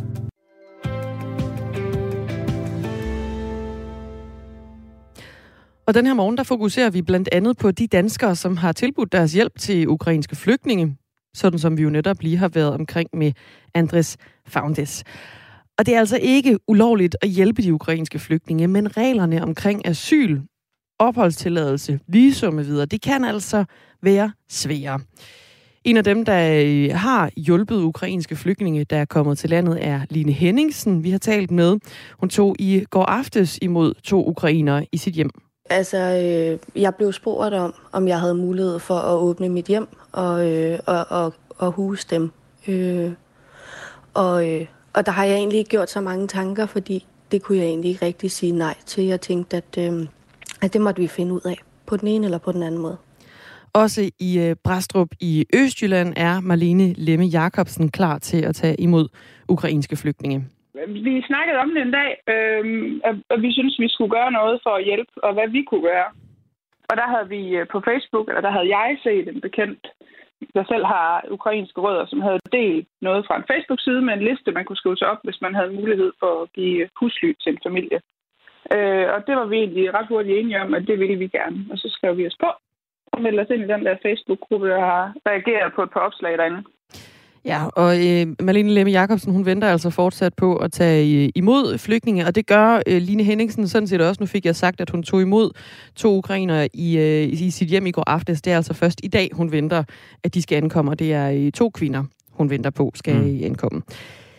Og den her morgen, der fokuserer vi blandt andet på de danskere, som har tilbudt deres hjælp til ukrainske flygtninge, sådan som vi jo netop lige har været omkring med Andreas Foundes. Og det er altså ikke ulovligt at hjælpe de ukrainske flygtninge, men reglerne omkring asyl, opholdstilladelse, visum med videre, det kan altså være svære. En af dem, der har hjulpet ukrainske flygtninge, der er kommet til landet, er Line Henningsen. Vi har talt med. Hun tog i går aftes imod to ukrainere i sit hjem. Altså, øh, jeg blev spurgt om, om jeg havde mulighed for at åbne mit hjem og, øh, og, og, og huse dem. Øh, og, øh, og der har jeg egentlig ikke gjort så mange tanker, fordi det kunne jeg egentlig ikke rigtig sige nej til. Jeg tænkte, at, øh, at det måtte vi finde ud af på den ene eller på den anden måde. Også i øh, Brastrup i Østjylland er Marlene Lemme Jacobsen klar til at tage imod ukrainske flygtninge. Vi snakkede om det en dag, øh, og vi synes vi skulle gøre noget for at hjælpe, og hvad vi kunne gøre. Og der havde vi på Facebook, eller der havde jeg set en bekendt, der selv har ukrainske rødder, som havde delt noget fra en Facebook-side med en liste, man kunne skrive sig op, hvis man havde mulighed for at give husly til en familie. Øh, og det var vi egentlig ret hurtigt enige om, at det ville vi gerne. Og så skrev vi os på og meldte os ind i den der Facebook-gruppe, der har reageret på et par opslag derinde. Ja, og øh, Marlene Lemme Jacobsen, hun venter altså fortsat på at tage øh, imod flygtninge, og det gør øh, Line Henningsen sådan set også. Nu fik jeg sagt, at hun tog imod to ukrainere i, øh, i sit hjem i går aftes. Det er altså først i dag, hun venter, at de skal ankomme, og det er øh, to kvinder, hun venter på, skal mm. ankomme.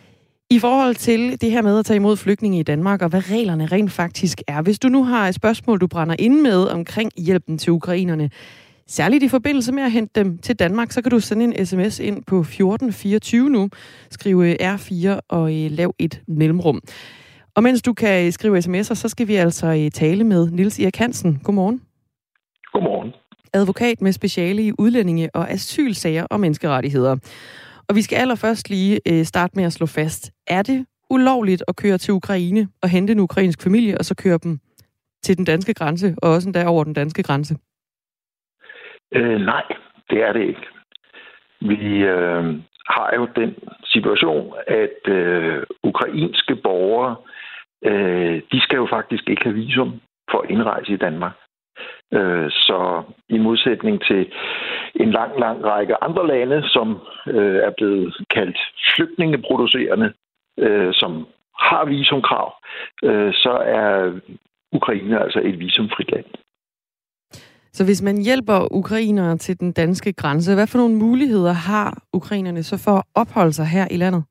I forhold til det her med at tage imod flygtninge i Danmark, og hvad reglerne rent faktisk er. Hvis du nu har et spørgsmål, du brænder ind med omkring hjælpen til ukrainerne, særligt i forbindelse med at hente dem til Danmark, så kan du sende en sms ind på fjorten fireogtyve nu. Skriv R fire og lav et mellemrum. Og mens du kan skrive sms'er, så skal vi altså tale med Niels Erik Hansen. Godmorgen. Godmorgen. Advokat med speciale i udlændinge- og asylsager og menneskerettigheder. Og vi skal allerførst lige starte med at slå fast. Er det ulovligt at køre til Ukraine og hente en ukrainsk familie, og så køre dem til den danske grænse, og også endda over den danske grænse? Øh, nej, det er det ikke. Vi øh, har jo den situation, at øh, ukrainske borgere, øh, de skal jo faktisk ikke have visum for at indrejse i Danmark. Øh, så i modsætning til en lang, lang række andre lande, som øh, er blevet kaldt flygtningeproducerende, øh, som har visumkrav, øh, så er Ukraine altså et visumfrit land. Så hvis man hjælper ukrainere til den danske grænse, hvad for nogle muligheder har ukrainerne så for at opholde sig her i landet?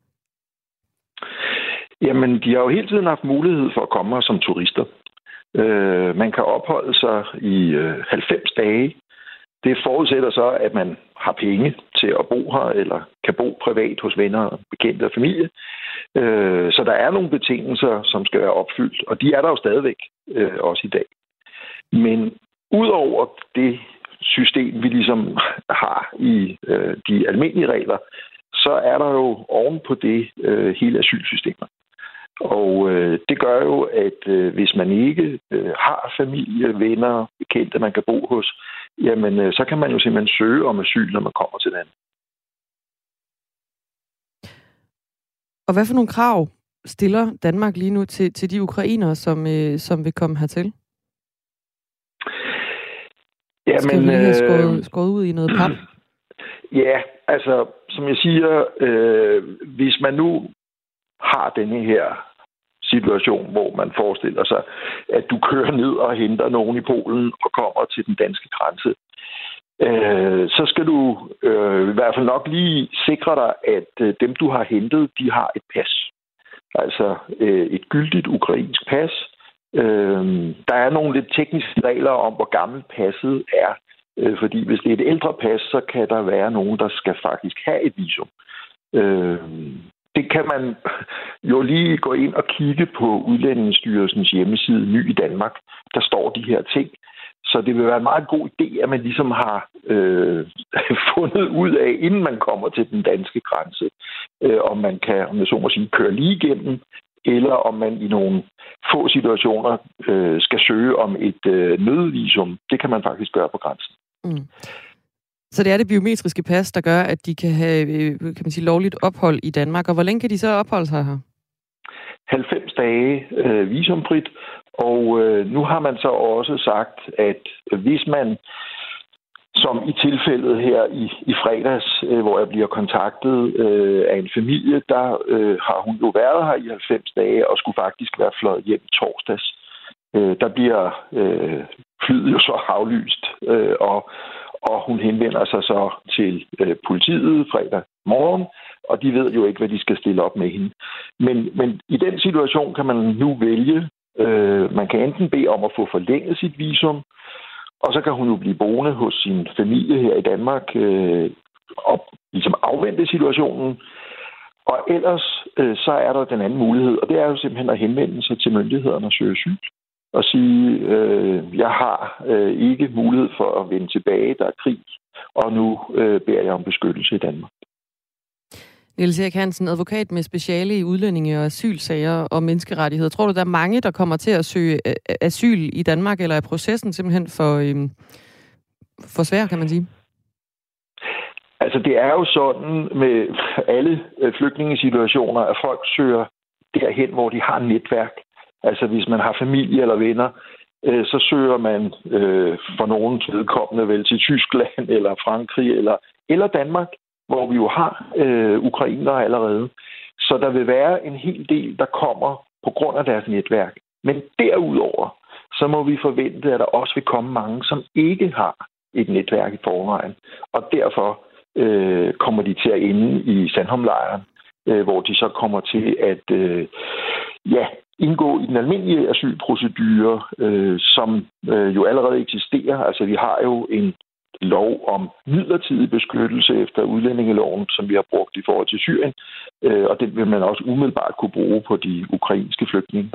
Jamen, de har jo hele tiden haft mulighed for at komme her som turister. Øh, man kan opholde sig i øh, halvfems dage. Det forudsætter så, at man har penge til at bo her, eller kan bo privat hos venner, bekendte og familie. Øh, så der er nogle betingelser, som skal være opfyldt, og de er der jo stadigvæk øh, også i dag. Men udover det system, vi ligesom har i øh, de almindelige regler, så er der jo oven på det øh, hele asylsystemet. Og øh, det gør jo, at øh, hvis man ikke øh, har familie, venner, bekendte, man kan bo hos, jamen øh, så kan man jo simpelthen søge om asyl, når man kommer til landet. Og hvad for nogle krav stiller Danmark lige nu til, til de ukrainere, som, øh, som vil komme hertil? Jamen, Skal vi lige have skåret, skåret ud i noget pap? Ja, altså, som jeg siger, øh, hvis man nu har denne her situation, hvor man forestiller sig, at du kører ned og henter nogen i Polen og kommer til den danske grænse, øh, så skal du øh, i hvert fald nok lige sikre dig, at øh, dem, du har hentet, de har et pas. Altså øh, et gyldigt ukrainsk pas. Øh, der er nogle lidt tekniske regler om, hvor gammelt passet er. Øh, fordi hvis det er et ældre pas, så kan der være nogen, der skal faktisk have et visum. Øh, Det kan man jo lige gå ind og kigge på Udlændingestyrelsens hjemmeside Ny i Danmark. Der står de her ting. Så det vil være en meget god idé, at man ligesom har øh, fundet ud af, inden man kommer til den danske grænse, øh, om man kan, om jeg så må sige, køre lige igennem, eller om man i nogle få situationer øh, skal søge om et øh, nødvisum. Det kan man faktisk gøre på grænsen. Mm. Så det er det biometriske pas, der gør, at de kan have kan man sige, lovligt ophold i Danmark. Og hvor længe kan de så opholde sig her? halvfems dage øh, visumfrit. Og øh, nu har man så også sagt, at hvis man, som i tilfældet her i, i fredags, øh, hvor jeg bliver kontaktet øh, af en familie, der øh, har hun jo været her i halvfems dage og skulle faktisk være fløjet hjem torsdags. Øh, der bliver øh, flyet jo så aflyst, øh, og Og hun henvender sig så til øh, politiet fredag morgen, og de ved jo ikke, hvad de skal stille op med hende. Men, men i den situation kan man nu vælge. Øh, man kan enten bede om at få forlænget sit visum, og så kan hun jo blive boende hos sin familie her i Danmark øh, og ligesom afvente situationen. Og ellers øh, så er der den anden mulighed, og det er jo simpelthen at henvende sig til myndighederne og søge asyl. Og sige, øh, jeg har øh, ikke mulighed for at vende tilbage, der er krig, og nu øh, beder jeg om beskyttelse i Danmark. Niels Erik Hansen, advokat med speciale i udlændinge- og asylsager og menneskerettigheder. Tror du, der er mange, der kommer til at søge asyl i Danmark, eller er processen simpelthen for, øh, for svær, kan man sige? Altså, det er jo sådan med alle flygtningesituationer, at folk søger derhen, hvor de har et netværk. Altså hvis man har familie eller venner, øh, så søger man øh, for nogens vedkommende vel til Tyskland eller Frankrig eller, eller Danmark, hvor vi jo har øh, ukrainere allerede. Så der vil være en hel del, der kommer på grund af deres netværk. Men derudover, så må vi forvente, at der også vil komme mange, som ikke har et netværk i forvejen. Og derfor øh, kommer de til at ende i Sandholmlejren øh, hvor de så kommer til at øh, ja, indgå i den almindelige asylprocedure, øh, som øh, jo allerede eksisterer. Altså vi har jo en lov om midlertidig beskyttelse efter udlændingeloven, som vi har brugt i forhold til Syrien, øh, og den vil man også umiddelbart kunne bruge på de ukrainske flygtninge.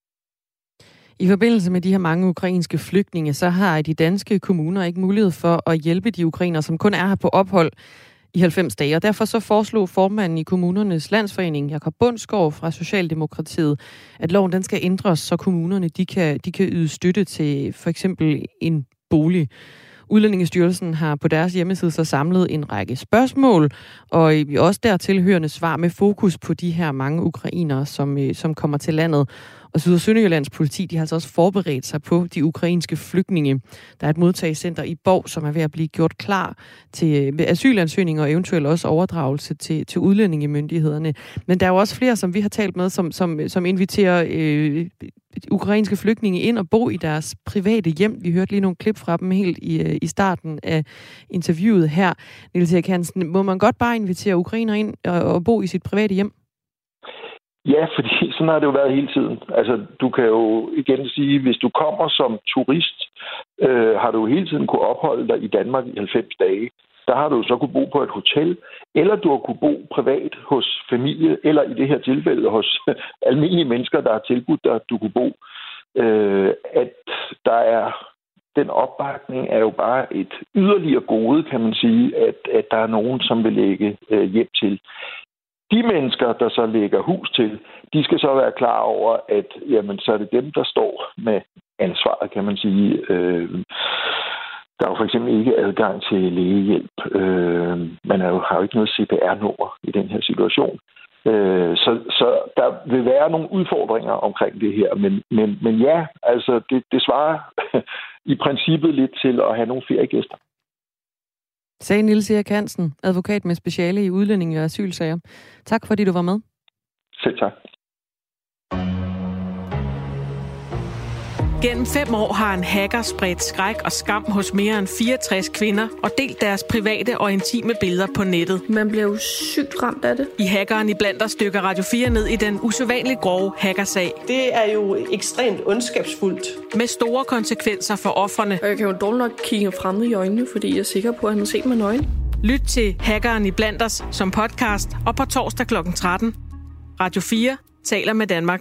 I forbindelse med de her mange ukrainske flygtninge, så har de danske kommuner ikke mulighed for at hjælpe de ukrainere, som kun er her på ophold i halvfems dage. Og derfor så foreslog formanden i Kommunernes Landsforening, Jakob Bundsgaard fra Socialdemokratiet, at loven den skal ændres, så kommunerne de kan, de kan yde støtte til for eksempel en bolig. Udlændingestyrelsen har på deres hjemmeside så samlet en række spørgsmål, og også dertilhørende svar med fokus på de her mange ukrainere, som, som kommer til landet. Og Syd- og Sønderjyllands politi, de har altså også forberedt sig på de ukrainske flygtninge. Der er et modtagecenter i Borg, som er ved at blive gjort klar til asylansøgninger og eventuelt også overdragelse til, til udlændingemyndighederne. Men der er jo også flere, som vi har talt med, som, som, som inviterer øh, ukrainske flygtninge ind og bo i deres private hjem. Vi hørte lige nogle klip fra dem helt i, i starten af interviewet her. Niels Erik Hansen, må man godt bare invitere ukrainere ind og, og bo i sit private hjem? Ja, fordi sådan har det jo været hele tiden. Altså, du kan jo igen sige, hvis du kommer som turist, øh, har du jo hele tiden kunne opholde dig i Danmark i halvfems dage. Der har du så kunne bo på et hotel, eller du har kunne bo privat hos familie, eller i det her tilfælde hos almindelige mennesker, der har tilbudt dig, at du kunne bo. Øh, at der er den opbakning er jo bare et yderligere gode, kan man sige, at, at der er nogen, som vil lægge øh, hjem til. De mennesker, der så lægger hus til, de skal så være klar over, at jamen, så er det dem, der står med ansvaret, kan man sige. Øh, der er jo for eksempel ikke adgang til lægehjælp. Øh, man er jo, har jo ikke noget C P R-nummer i den her situation. Øh, så, så der vil være nogle udfordringer omkring det her. Men, men, men ja, altså det, det svarer i princippet lidt til at have nogle feriegæster. Sagde Niels Erik Hansen, advokat med speciale i udlændinge- og asylsager. Tak fordi du var med. Selv tak. Gennem fem år har en hacker spredt skræk og skam hos mere end fireogtres kvinder og delt deres private og intime billeder på nettet. Man bliver jo sygt ramt af det. I hackeren i blandt os dykker Radio fire ned i den usædvanligt grove hackersag. Det er jo ekstremt ondskabsfuldt. Med store konsekvenser for ofrene. Og jeg kan jo dårligt nok kigge frem i øjnene, fordi jeg er sikker på, at han har set mig nøgen. Lyt til Hackeren i blandt os som podcast og på torsdag klokken tretten. Radio fire taler med Danmark.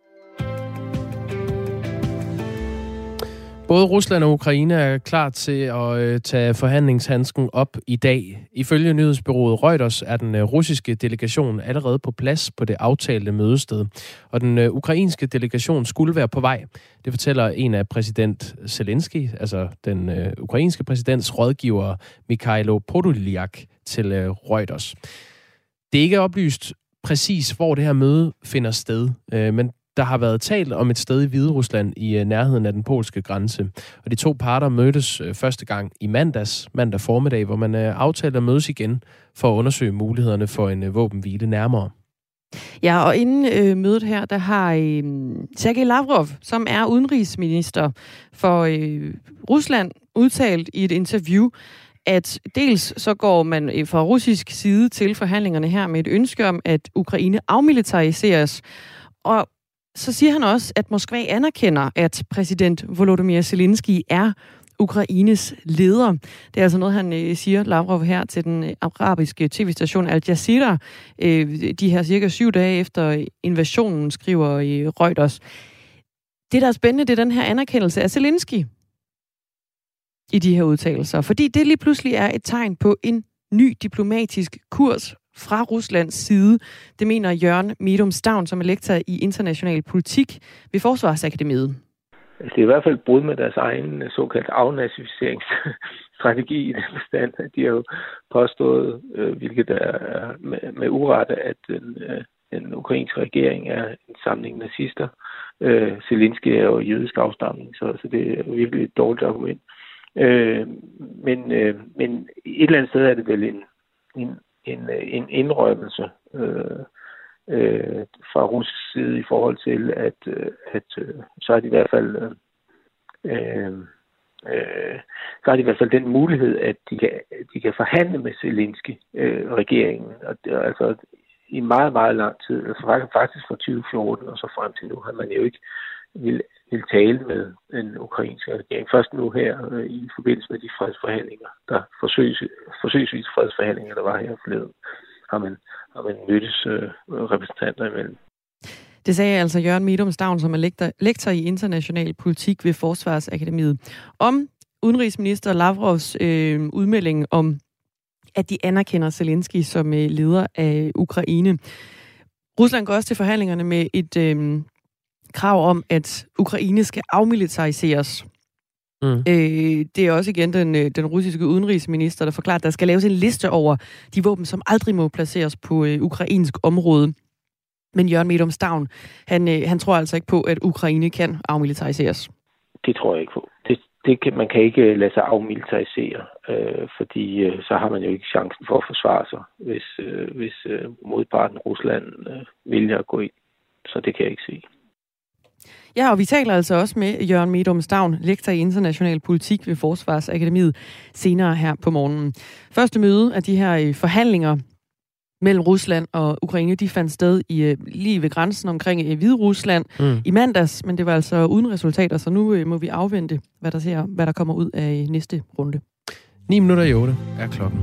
Både Rusland og Ukraine er klar til at øh, tage forhandlingshandsken op i dag. Ifølge nyhedsbureauet Reuters er den øh, russiske delegation allerede på plads på det aftalte mødested. Og den øh, ukrainske delegation skulle være på vej. Det fortæller en af præsident Zelensky, altså den øh, ukrainske præsidents rådgiver Mikhailo Podolyak til øh, Reuters. Det er ikke oplyst præcis, hvor det her møde finder sted, øh, men der har været talt om et sted i Hviderusland i nærheden af den polske grænse. Og de to parter mødtes første gang i mandags, mandag formiddag, hvor man aftalte at mødes igen for at undersøge mulighederne for en våbenhvile nærmere. Ja, og inden øh, mødet her, der har øh, Sergej Lavrov, som er udenrigsminister for øh, Rusland, udtalt i et interview, at dels så går man fra russisk side til forhandlingerne her med et ønske om, at Ukraine afmilitariseres. Og så siger han også, at Moskva anerkender, at præsident Volodymyr Zelensky er Ukraines leder. Det er altså noget, han øh, siger, Lavrov, her til den øh, arabiske tv-station Al Jazeera. Øh, de her cirka syv dage efter invasionen, skriver øh, Reuters. Det, der er spændende, det er den her anerkendelse af Zelensky i de her udtalelser. Fordi det lige pludselig er et tegn på en ny diplomatisk kurs fra Ruslands side. Det mener Jørgen Medum Stavn, som er lektor i international politik ved Forsvarsakademiet. Det er i hvert fald brud med deres egen såkaldte afnazificeringsstrategi i den forstand, at de har jo påstået, hvilket er med, med urette, at den, den ukrainske regering er en samling nazister. Zelensky er jo jødisk afstamning, så, så det er virkelig et dårligt argument. Men, men et eller andet sted er det vel en, en En, en indrømmelse øh, øh, fra russisk side i forhold til, at, at øh, så er det i hvert fald øh, øh, så er det i hvert fald den mulighed, at de kan, de kan forhandle med Zelensky øh, regeringen. Og det, altså i meget, meget lang tid, altså faktisk fra tyve fjorten og så frem til nu, har man jo ikke vil, vil tale med den ukrainske regering. Først nu her øh, i forbindelse med de fredsforhandlinger, der forsøgs, forsøgsvis fredsforhandlinger, der var her forleden, har man, har man mødtes øh, repræsentanter imellem. Det sagde altså Jørgen Midum Stavn, som er lektor, lektor i international politik ved Forsvarsakademiet, om udenrigsminister Lavrovs øh, udmelding om, at de anerkender Zelensky som øh, leder af Ukraine. Rusland går også til forhandlingerne med et øh, krav om, at Ukraine skal afmilitariseres. Mm. Øh, det er også igen den, den russiske udenrigsminister, der forklarer, at der skal laves en liste over de våben, som aldrig må placeres på øh, ukrainsk område. Men Jørgen Midum Stavn, han, øh, han tror altså ikke på, at Ukraine kan afmilitariseres. Det tror jeg ikke på. Det, det kan, man kan ikke lade sig afmilitarisere, øh, fordi øh, så har man jo ikke chancen for at forsvare sig, hvis, øh, hvis øh, modparten Rusland øh, vælger at gå ind. Så det kan jeg ikke se. Ja, og vi taler altså også med Jørgen Midum Stavn, lektor i international politik ved Forsvarsakademiet, senere her på morgenen. Første møde af de her forhandlinger mellem Rusland og Ukraine, de fandt sted i, lige ved grænsen omkring Hviderusland mm. i mandags, men det var altså uden resultater, så nu må vi afvente, hvad der, ser, hvad der kommer ud af næste runde. ni minutter i otte er klokken.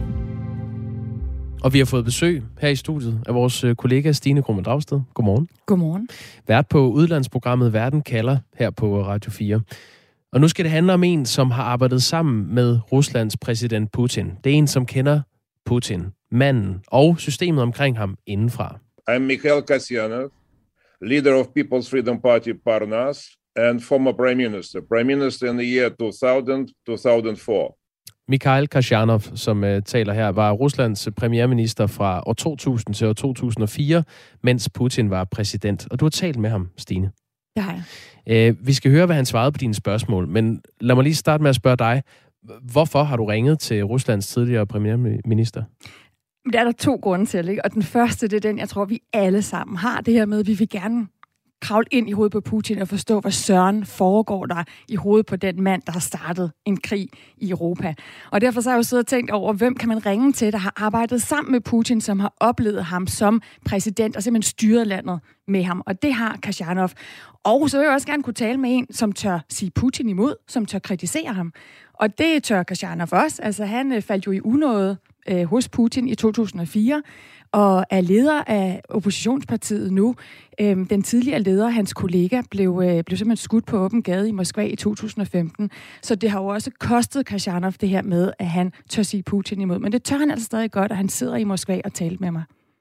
Og vi har fået besøg her i studiet af vores kollega Stine Krohmann Dragsted. Godmorgen. Godmorgen. Vært på udlandsprogrammet Verden kalder her på Radio fire. Og nu skal det handle om en, som har arbejdet sammen med Ruslands præsident Putin. Det er en, som kender Putin, manden og systemet omkring ham indenfra. I'm Mikhail Kasyanov, leader of People's Freedom Party Parnas and former prime minister. Prime minister in the year two thousand to two thousand four. Mikhail Kasyanov, som uh, taler her, var Ruslands premierminister fra år to tusind til år to tusind og fire, mens Putin var præsident. Og du har talt med ham, Stine. Det har jeg. Uh, vi skal høre, hvad han svarede på dine spørgsmål, men lad mig lige starte med at spørge dig. Hvorfor har du ringet til Ruslands tidligere premierminister? Det er der to grunde til, ikke? Og den første, det er den, jeg tror, vi alle sammen har. Det her med, at vi vil gerne kravle ind i hovedet på Putin og forstå, hvad søren foregår der i hovedet på den mand, der har startet en krig i Europa. Og derfor så har jeg jo siddet og tænkt over, hvem kan man ringe til, der har arbejdet sammen med Putin, som har oplevet ham som præsident og simpelthen styret landet med ham. Og det har Kasyanov. Og så vil jeg også gerne kunne tale med en, som tør sige Putin imod, som tør kritisere ham. Og det tør Kasyanov også. Altså han faldt jo i unåde øh, hos Putin i to tusind og fire, og er leder af oppositionspartiet nu. Øhm, den tidligere leder, hans kollega, blev, øh, blev simpelthen skudt på åben gade i Moskva i to tusind og femten. Så det har jo også kostet Kasyanov det her med, at han tør sige Putin imod. Men det tør han altså stadig godt, og han sidder i Moskva og taler med mig.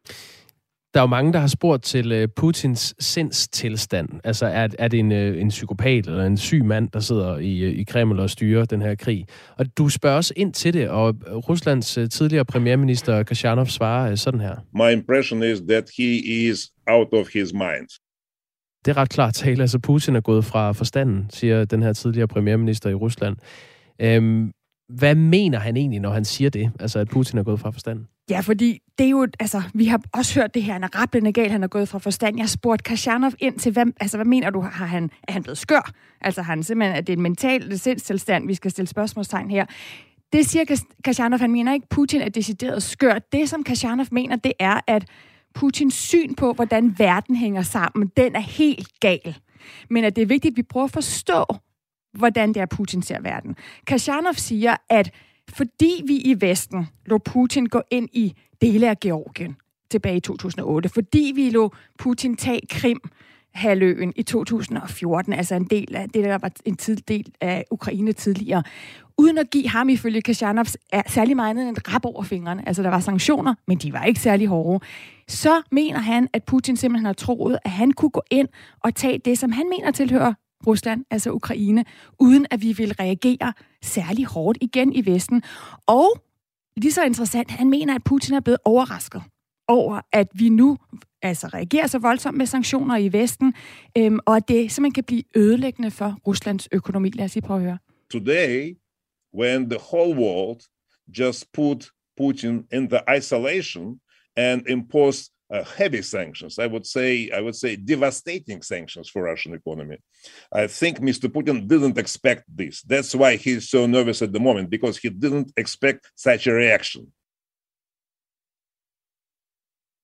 Der er jo mange, der har spurgt til Putins sindstilstand. Altså, er, er det en, en psykopat eller en syg mand, der sidder i, i Kreml og styrer den her krig? Og du spørger også ind til det, og Ruslands tidligere premierminister Kasyanov svarer sådan her. My impression is that he is out of his mind. Det er ret klart tale. Altså, Putin er gået fra forstanden, siger den her tidligere premierminister i Rusland. Øhm, hvad mener han egentlig, når han siger det? Altså, at Putin er gået fra forstanden? Ja, fordi det er jo, altså, vi har også hørt det her, han er rablende gal, han er gået fra forstand. Jeg spurgte Kasyanov ind til, hvad, altså, hvad mener du, har han, er han blevet skør? Altså, har han simpelthen, at det er en mental sindstilstand, vi skal stille spørgsmålstegn her. Det siger Kasyanov, han mener ikke, Putin er decideret skør. Det, som Kasyanov mener, det er, at Putins syn på, hvordan verden hænger sammen, den er helt gal. Men at det er vigtigt, at vi prøver at forstå, hvordan det er, Putin ser verden. Kasyanov siger, at fordi vi i Vesten lå Putin gå ind i dele af Georgien tilbage i to tusind og otte, fordi vi lå Putin tage Krim-halvøen i to tusind og fjorten, altså en del af det, der var en tid, del af Ukraine tidligere, uden at give ham ifølge Kasyanov særlig meget andet end et rap over fingrene. Altså der var sanktioner, men de var ikke særlig hårde. Så mener han, at Putin simpelthen har troet, at han kunne gå ind og tage det, som han mener tilhører Rusland, altså Ukraine, uden at vi vil reagere særlig hårdt igen i Vesten. Og lige så interessant, han mener, at Putin er blevet overrasket over, at vi nu altså reagerer så voldsomt med sanktioner i Vesten, øhm, og at det simpelthen kan blive ødelæggende for Ruslands økonomi. Lad os lige prøve at høre. Today, when the whole world just put Putin in the isolation and imposed Uh, heavy sanctions, I would say, I would say devastating sanctions for Russian economy. I think Mister Putin didn't expect this. That's why he's so nervous at the moment, because he didn't expect such a reaction.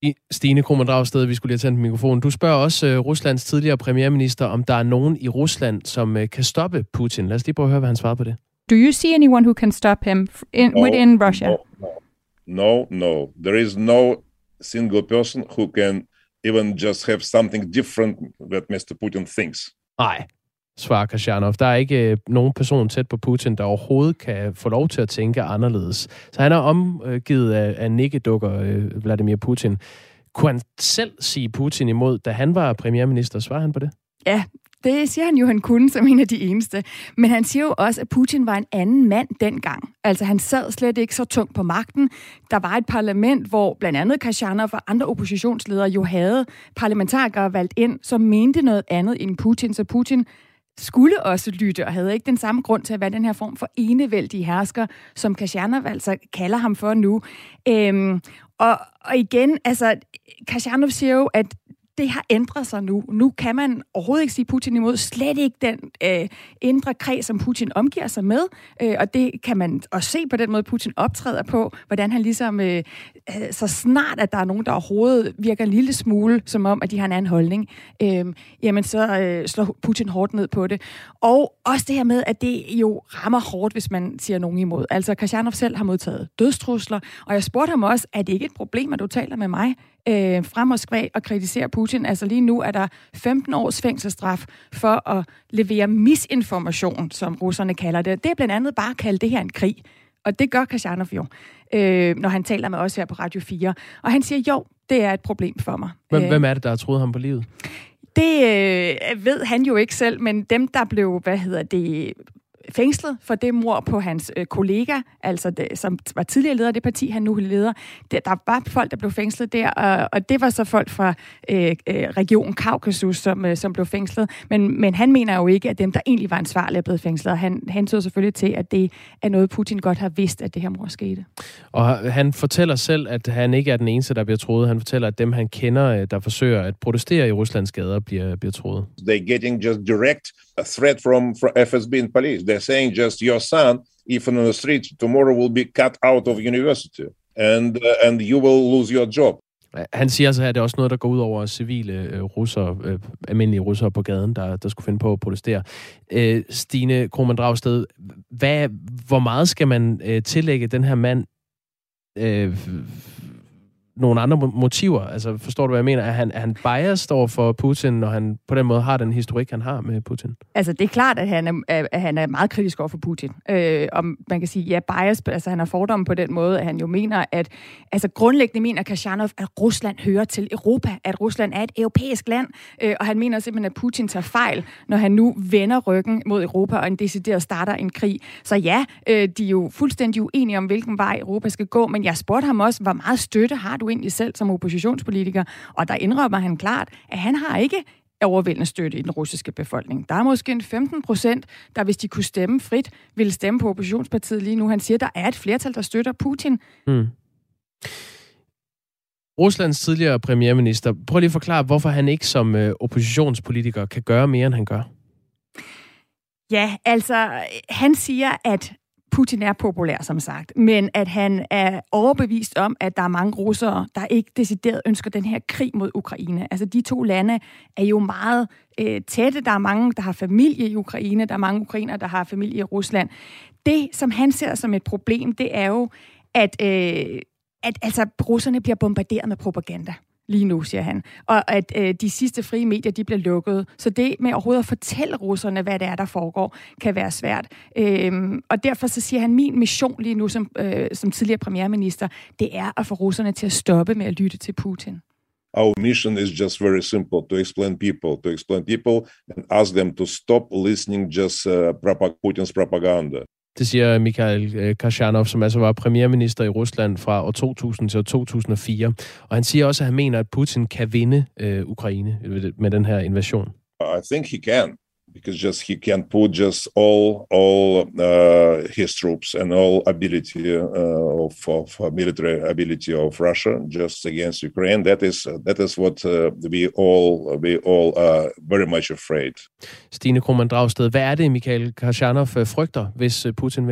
Stine Krohmann Dragsted, vi skulle lige have tændt mikrofonen. Du spørger også uh, Ruslands tidligere premierminister, om der er nogen i Rusland, som uh, kan stoppe Putin. Lad os lige prøve at høre, hvad han svarede på det. Do you see anyone who can stop him in, no, within Russia? No, no, no. There is no single person who can even just have something different that mister Putin thinks. Nej, svarer Kasjanov. Der er ikke øh, nogen person tæt på Putin, der overhovedet kan få lov til at tænke anderledes. Så han er omgivet af, af nikkedukker, øh, Vladimir Putin. Kunne han selv sige Putin imod, da han var premierminister? Svarer han på det? Ja, det siger han jo, han kunne som en af de eneste. Men han siger jo også, at Putin var en anden mand dengang. Altså, han sad slet ikke så tungt på magten. Der var et parlament, hvor blandt andet Kasjanov og andre oppositionsledere jo havde parlamentarikere valgt ind, som mente noget andet end Putin. Så Putin skulle også lytte, og havde ikke den samme grund til at være den her form for enevældige hersker, som Kasjanov altså kalder ham for nu. Øhm, og, og igen, altså, Kasjanov siger jo, at det har ændret sig nu. Nu kan man overhovedet ikke sige Putin imod, slet ikke den øh, indre kreds, som Putin omgiver sig med, øh, og det kan man også se på den måde, Putin optræder på, hvordan han ligesom, øh, så snart at der er nogen, der overhovedet virker en lille smule, som om, at de har en anden holdning, øh, jamen så øh, slår Putin hårdt ned på det. Og også det her med, at det jo rammer hårdt, hvis man siger nogen imod. Altså, Kasjanov selv har modtaget dødstrusler, og jeg spurgte ham også, er det ikke et problem, at du taler med mig øh, fra Moskva og kritiserer Putin? Altså lige nu er der femten års fængselsstraf for at levere misinformation, som russerne kalder det. Det er blandt andet bare at kalde det her en krig. Og det gør Kasjanov jo, øh, når han taler med os her på Radio fire. Og han siger, jo, det er et problem for mig. Hvem, hvem er det, der har troet ham på livet? Det øh, ved han jo ikke selv, men dem, der blev, hvad hedder det, fængslet for det mord på hans øh, kollega, altså det, som var tidligere leder af det parti, han nu leder. Det, der var folk, der blev fængslet der, og, og det var så folk fra øh, øh, regionen Kaukasus, som, øh, som blev fængslet. Men, men han mener jo ikke, at dem, der egentlig var ansvarlige, er blevet fængslet. Han hentød selvfølgelig til, at det er noget, Putin godt har vidst, at det her mord skete. Og han fortæller selv, at han ikke er den eneste, der bliver troet. Han fortæller, at dem, han kender, der forsøger at protestere i Ruslands gader, bliver, bliver troet. They're getting just direct a threat from, from F S B and police. They're saying just your son, if on the street tomorrow, will be cut out of university, and uh, and you will lose your job. Han siger altså, at det er også noget, der går ud over civile øh, russere, øh, almindelige russere på gaden, der, der skulle finde på at protestere. Øh, Stine Krohmann Dragsted, hvad, hvor meget skal man øh, tillægge den her mand øh, nogle andre motiver? Altså, forstår du, hvad jeg mener? Er han, er han biased over for Putin, når han på den måde har den historik, han har med Putin? Altså, det er klart, at han er, at han er meget kritisk over for Putin. Øh, om man kan sige, ja, biased, altså han har fordomme på den måde, at han jo mener, at altså grundlæggende mener Kasjanov, at Rusland hører til Europa, at Rusland er et europæisk land, øh, og han mener simpelthen, at Putin tager fejl, når han nu vender ryggen mod Europa, og en decideret starter en krig. Så ja, øh, de er jo fuldstændig uenige om, hvilken vej Europa skal gå, men jeg spurgte ham også, hvor meget støtte har du egentlig selv som oppositionspolitiker, og der indrømmer han klart, at han har ikke overvældende støtte i den russiske befolkning. Der er måske en femten procent, der hvis de kunne stemme frit, ville stemme på oppositionspartiet lige nu. Han siger, at der er et flertal, der støtter Putin. Hmm. Ruslands tidligere premierminister, prøv lige at forklare, hvorfor han ikke som øh, oppositionspolitiker kan gøre mere, end han gør. Ja, altså, han siger, at Putin er populær, som sagt, men at han er overbevist om, at der er mange russere, der ikke decideret ønsker den her krig mod Ukraine. Altså, de to lande er jo meget øh, tætte. Der er mange, der har familie i Ukraine. Der er mange ukrainere, der har familie i Rusland. Det, som han ser som et problem, det er jo, at, øh, at altså, russerne bliver bombarderet med propaganda. Lige nu, siger han. Og at øh, de sidste frie medier, de bliver lukket. Så det med overhovedet at fortælle russerne, hvad det er, der foregår, kan være svært. Øhm, og derfor så siger han, min mission lige nu som, øh, som tidligere premierminister, det er at få russerne til at stoppe med at lytte til Putin. Our mission is just very simple, to explain people, to explain people and ask them to stop listening just uh, propag- Putin's propaganda. Det siger Mikhail Kasjanov, som altså var premierminister i Rusland fra år to tusind til år to tusind og fire. Og han siger også, at han mener, at Putin kan vinde øh, Ukraine med den her invasion. I think he can, because just he can put just all all uh, his troops and all ability uh, of, of military ability of Russia just against Ukraine. That is uh, that is what uh, we all we all are very much afraid. Stine Krohmann Dragsted, hvad er det, Mikhail Kasjanov frygter, hvis Putin vinder?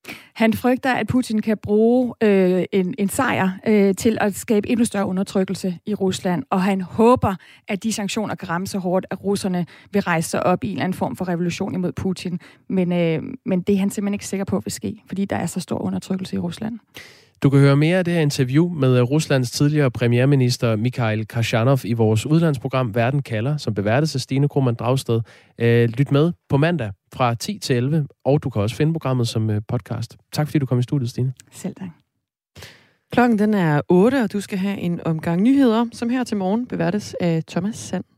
Han frygter, at Putin kan bruge øh, en, en sejr øh, til at skabe endnu større undertrykkelse i Rusland, og han håber, at de sanktioner kan ramme så hårdt, at russerne vil rejse sig op i en eller anden form for revolution imod Putin. Men, øh, men det er han simpelthen ikke sikker på vil ske, fordi der er så stor undertrykkelse i Rusland. Du kan høre mere af det her interview med Ruslands tidligere premierminister Mikhail Kasjanov i vores udlandsprogram Verden kalder, som beværtes af Stine Krohmann Dragsted. Lyt med på mandag fra ti til elleve, og du kan også finde programmet som podcast. Tak fordi du kom i studiet, Stine. Selv tak. Klokken den er otte, og du skal have en omgang nyheder, som her til morgen beværtes af Thomas Sand.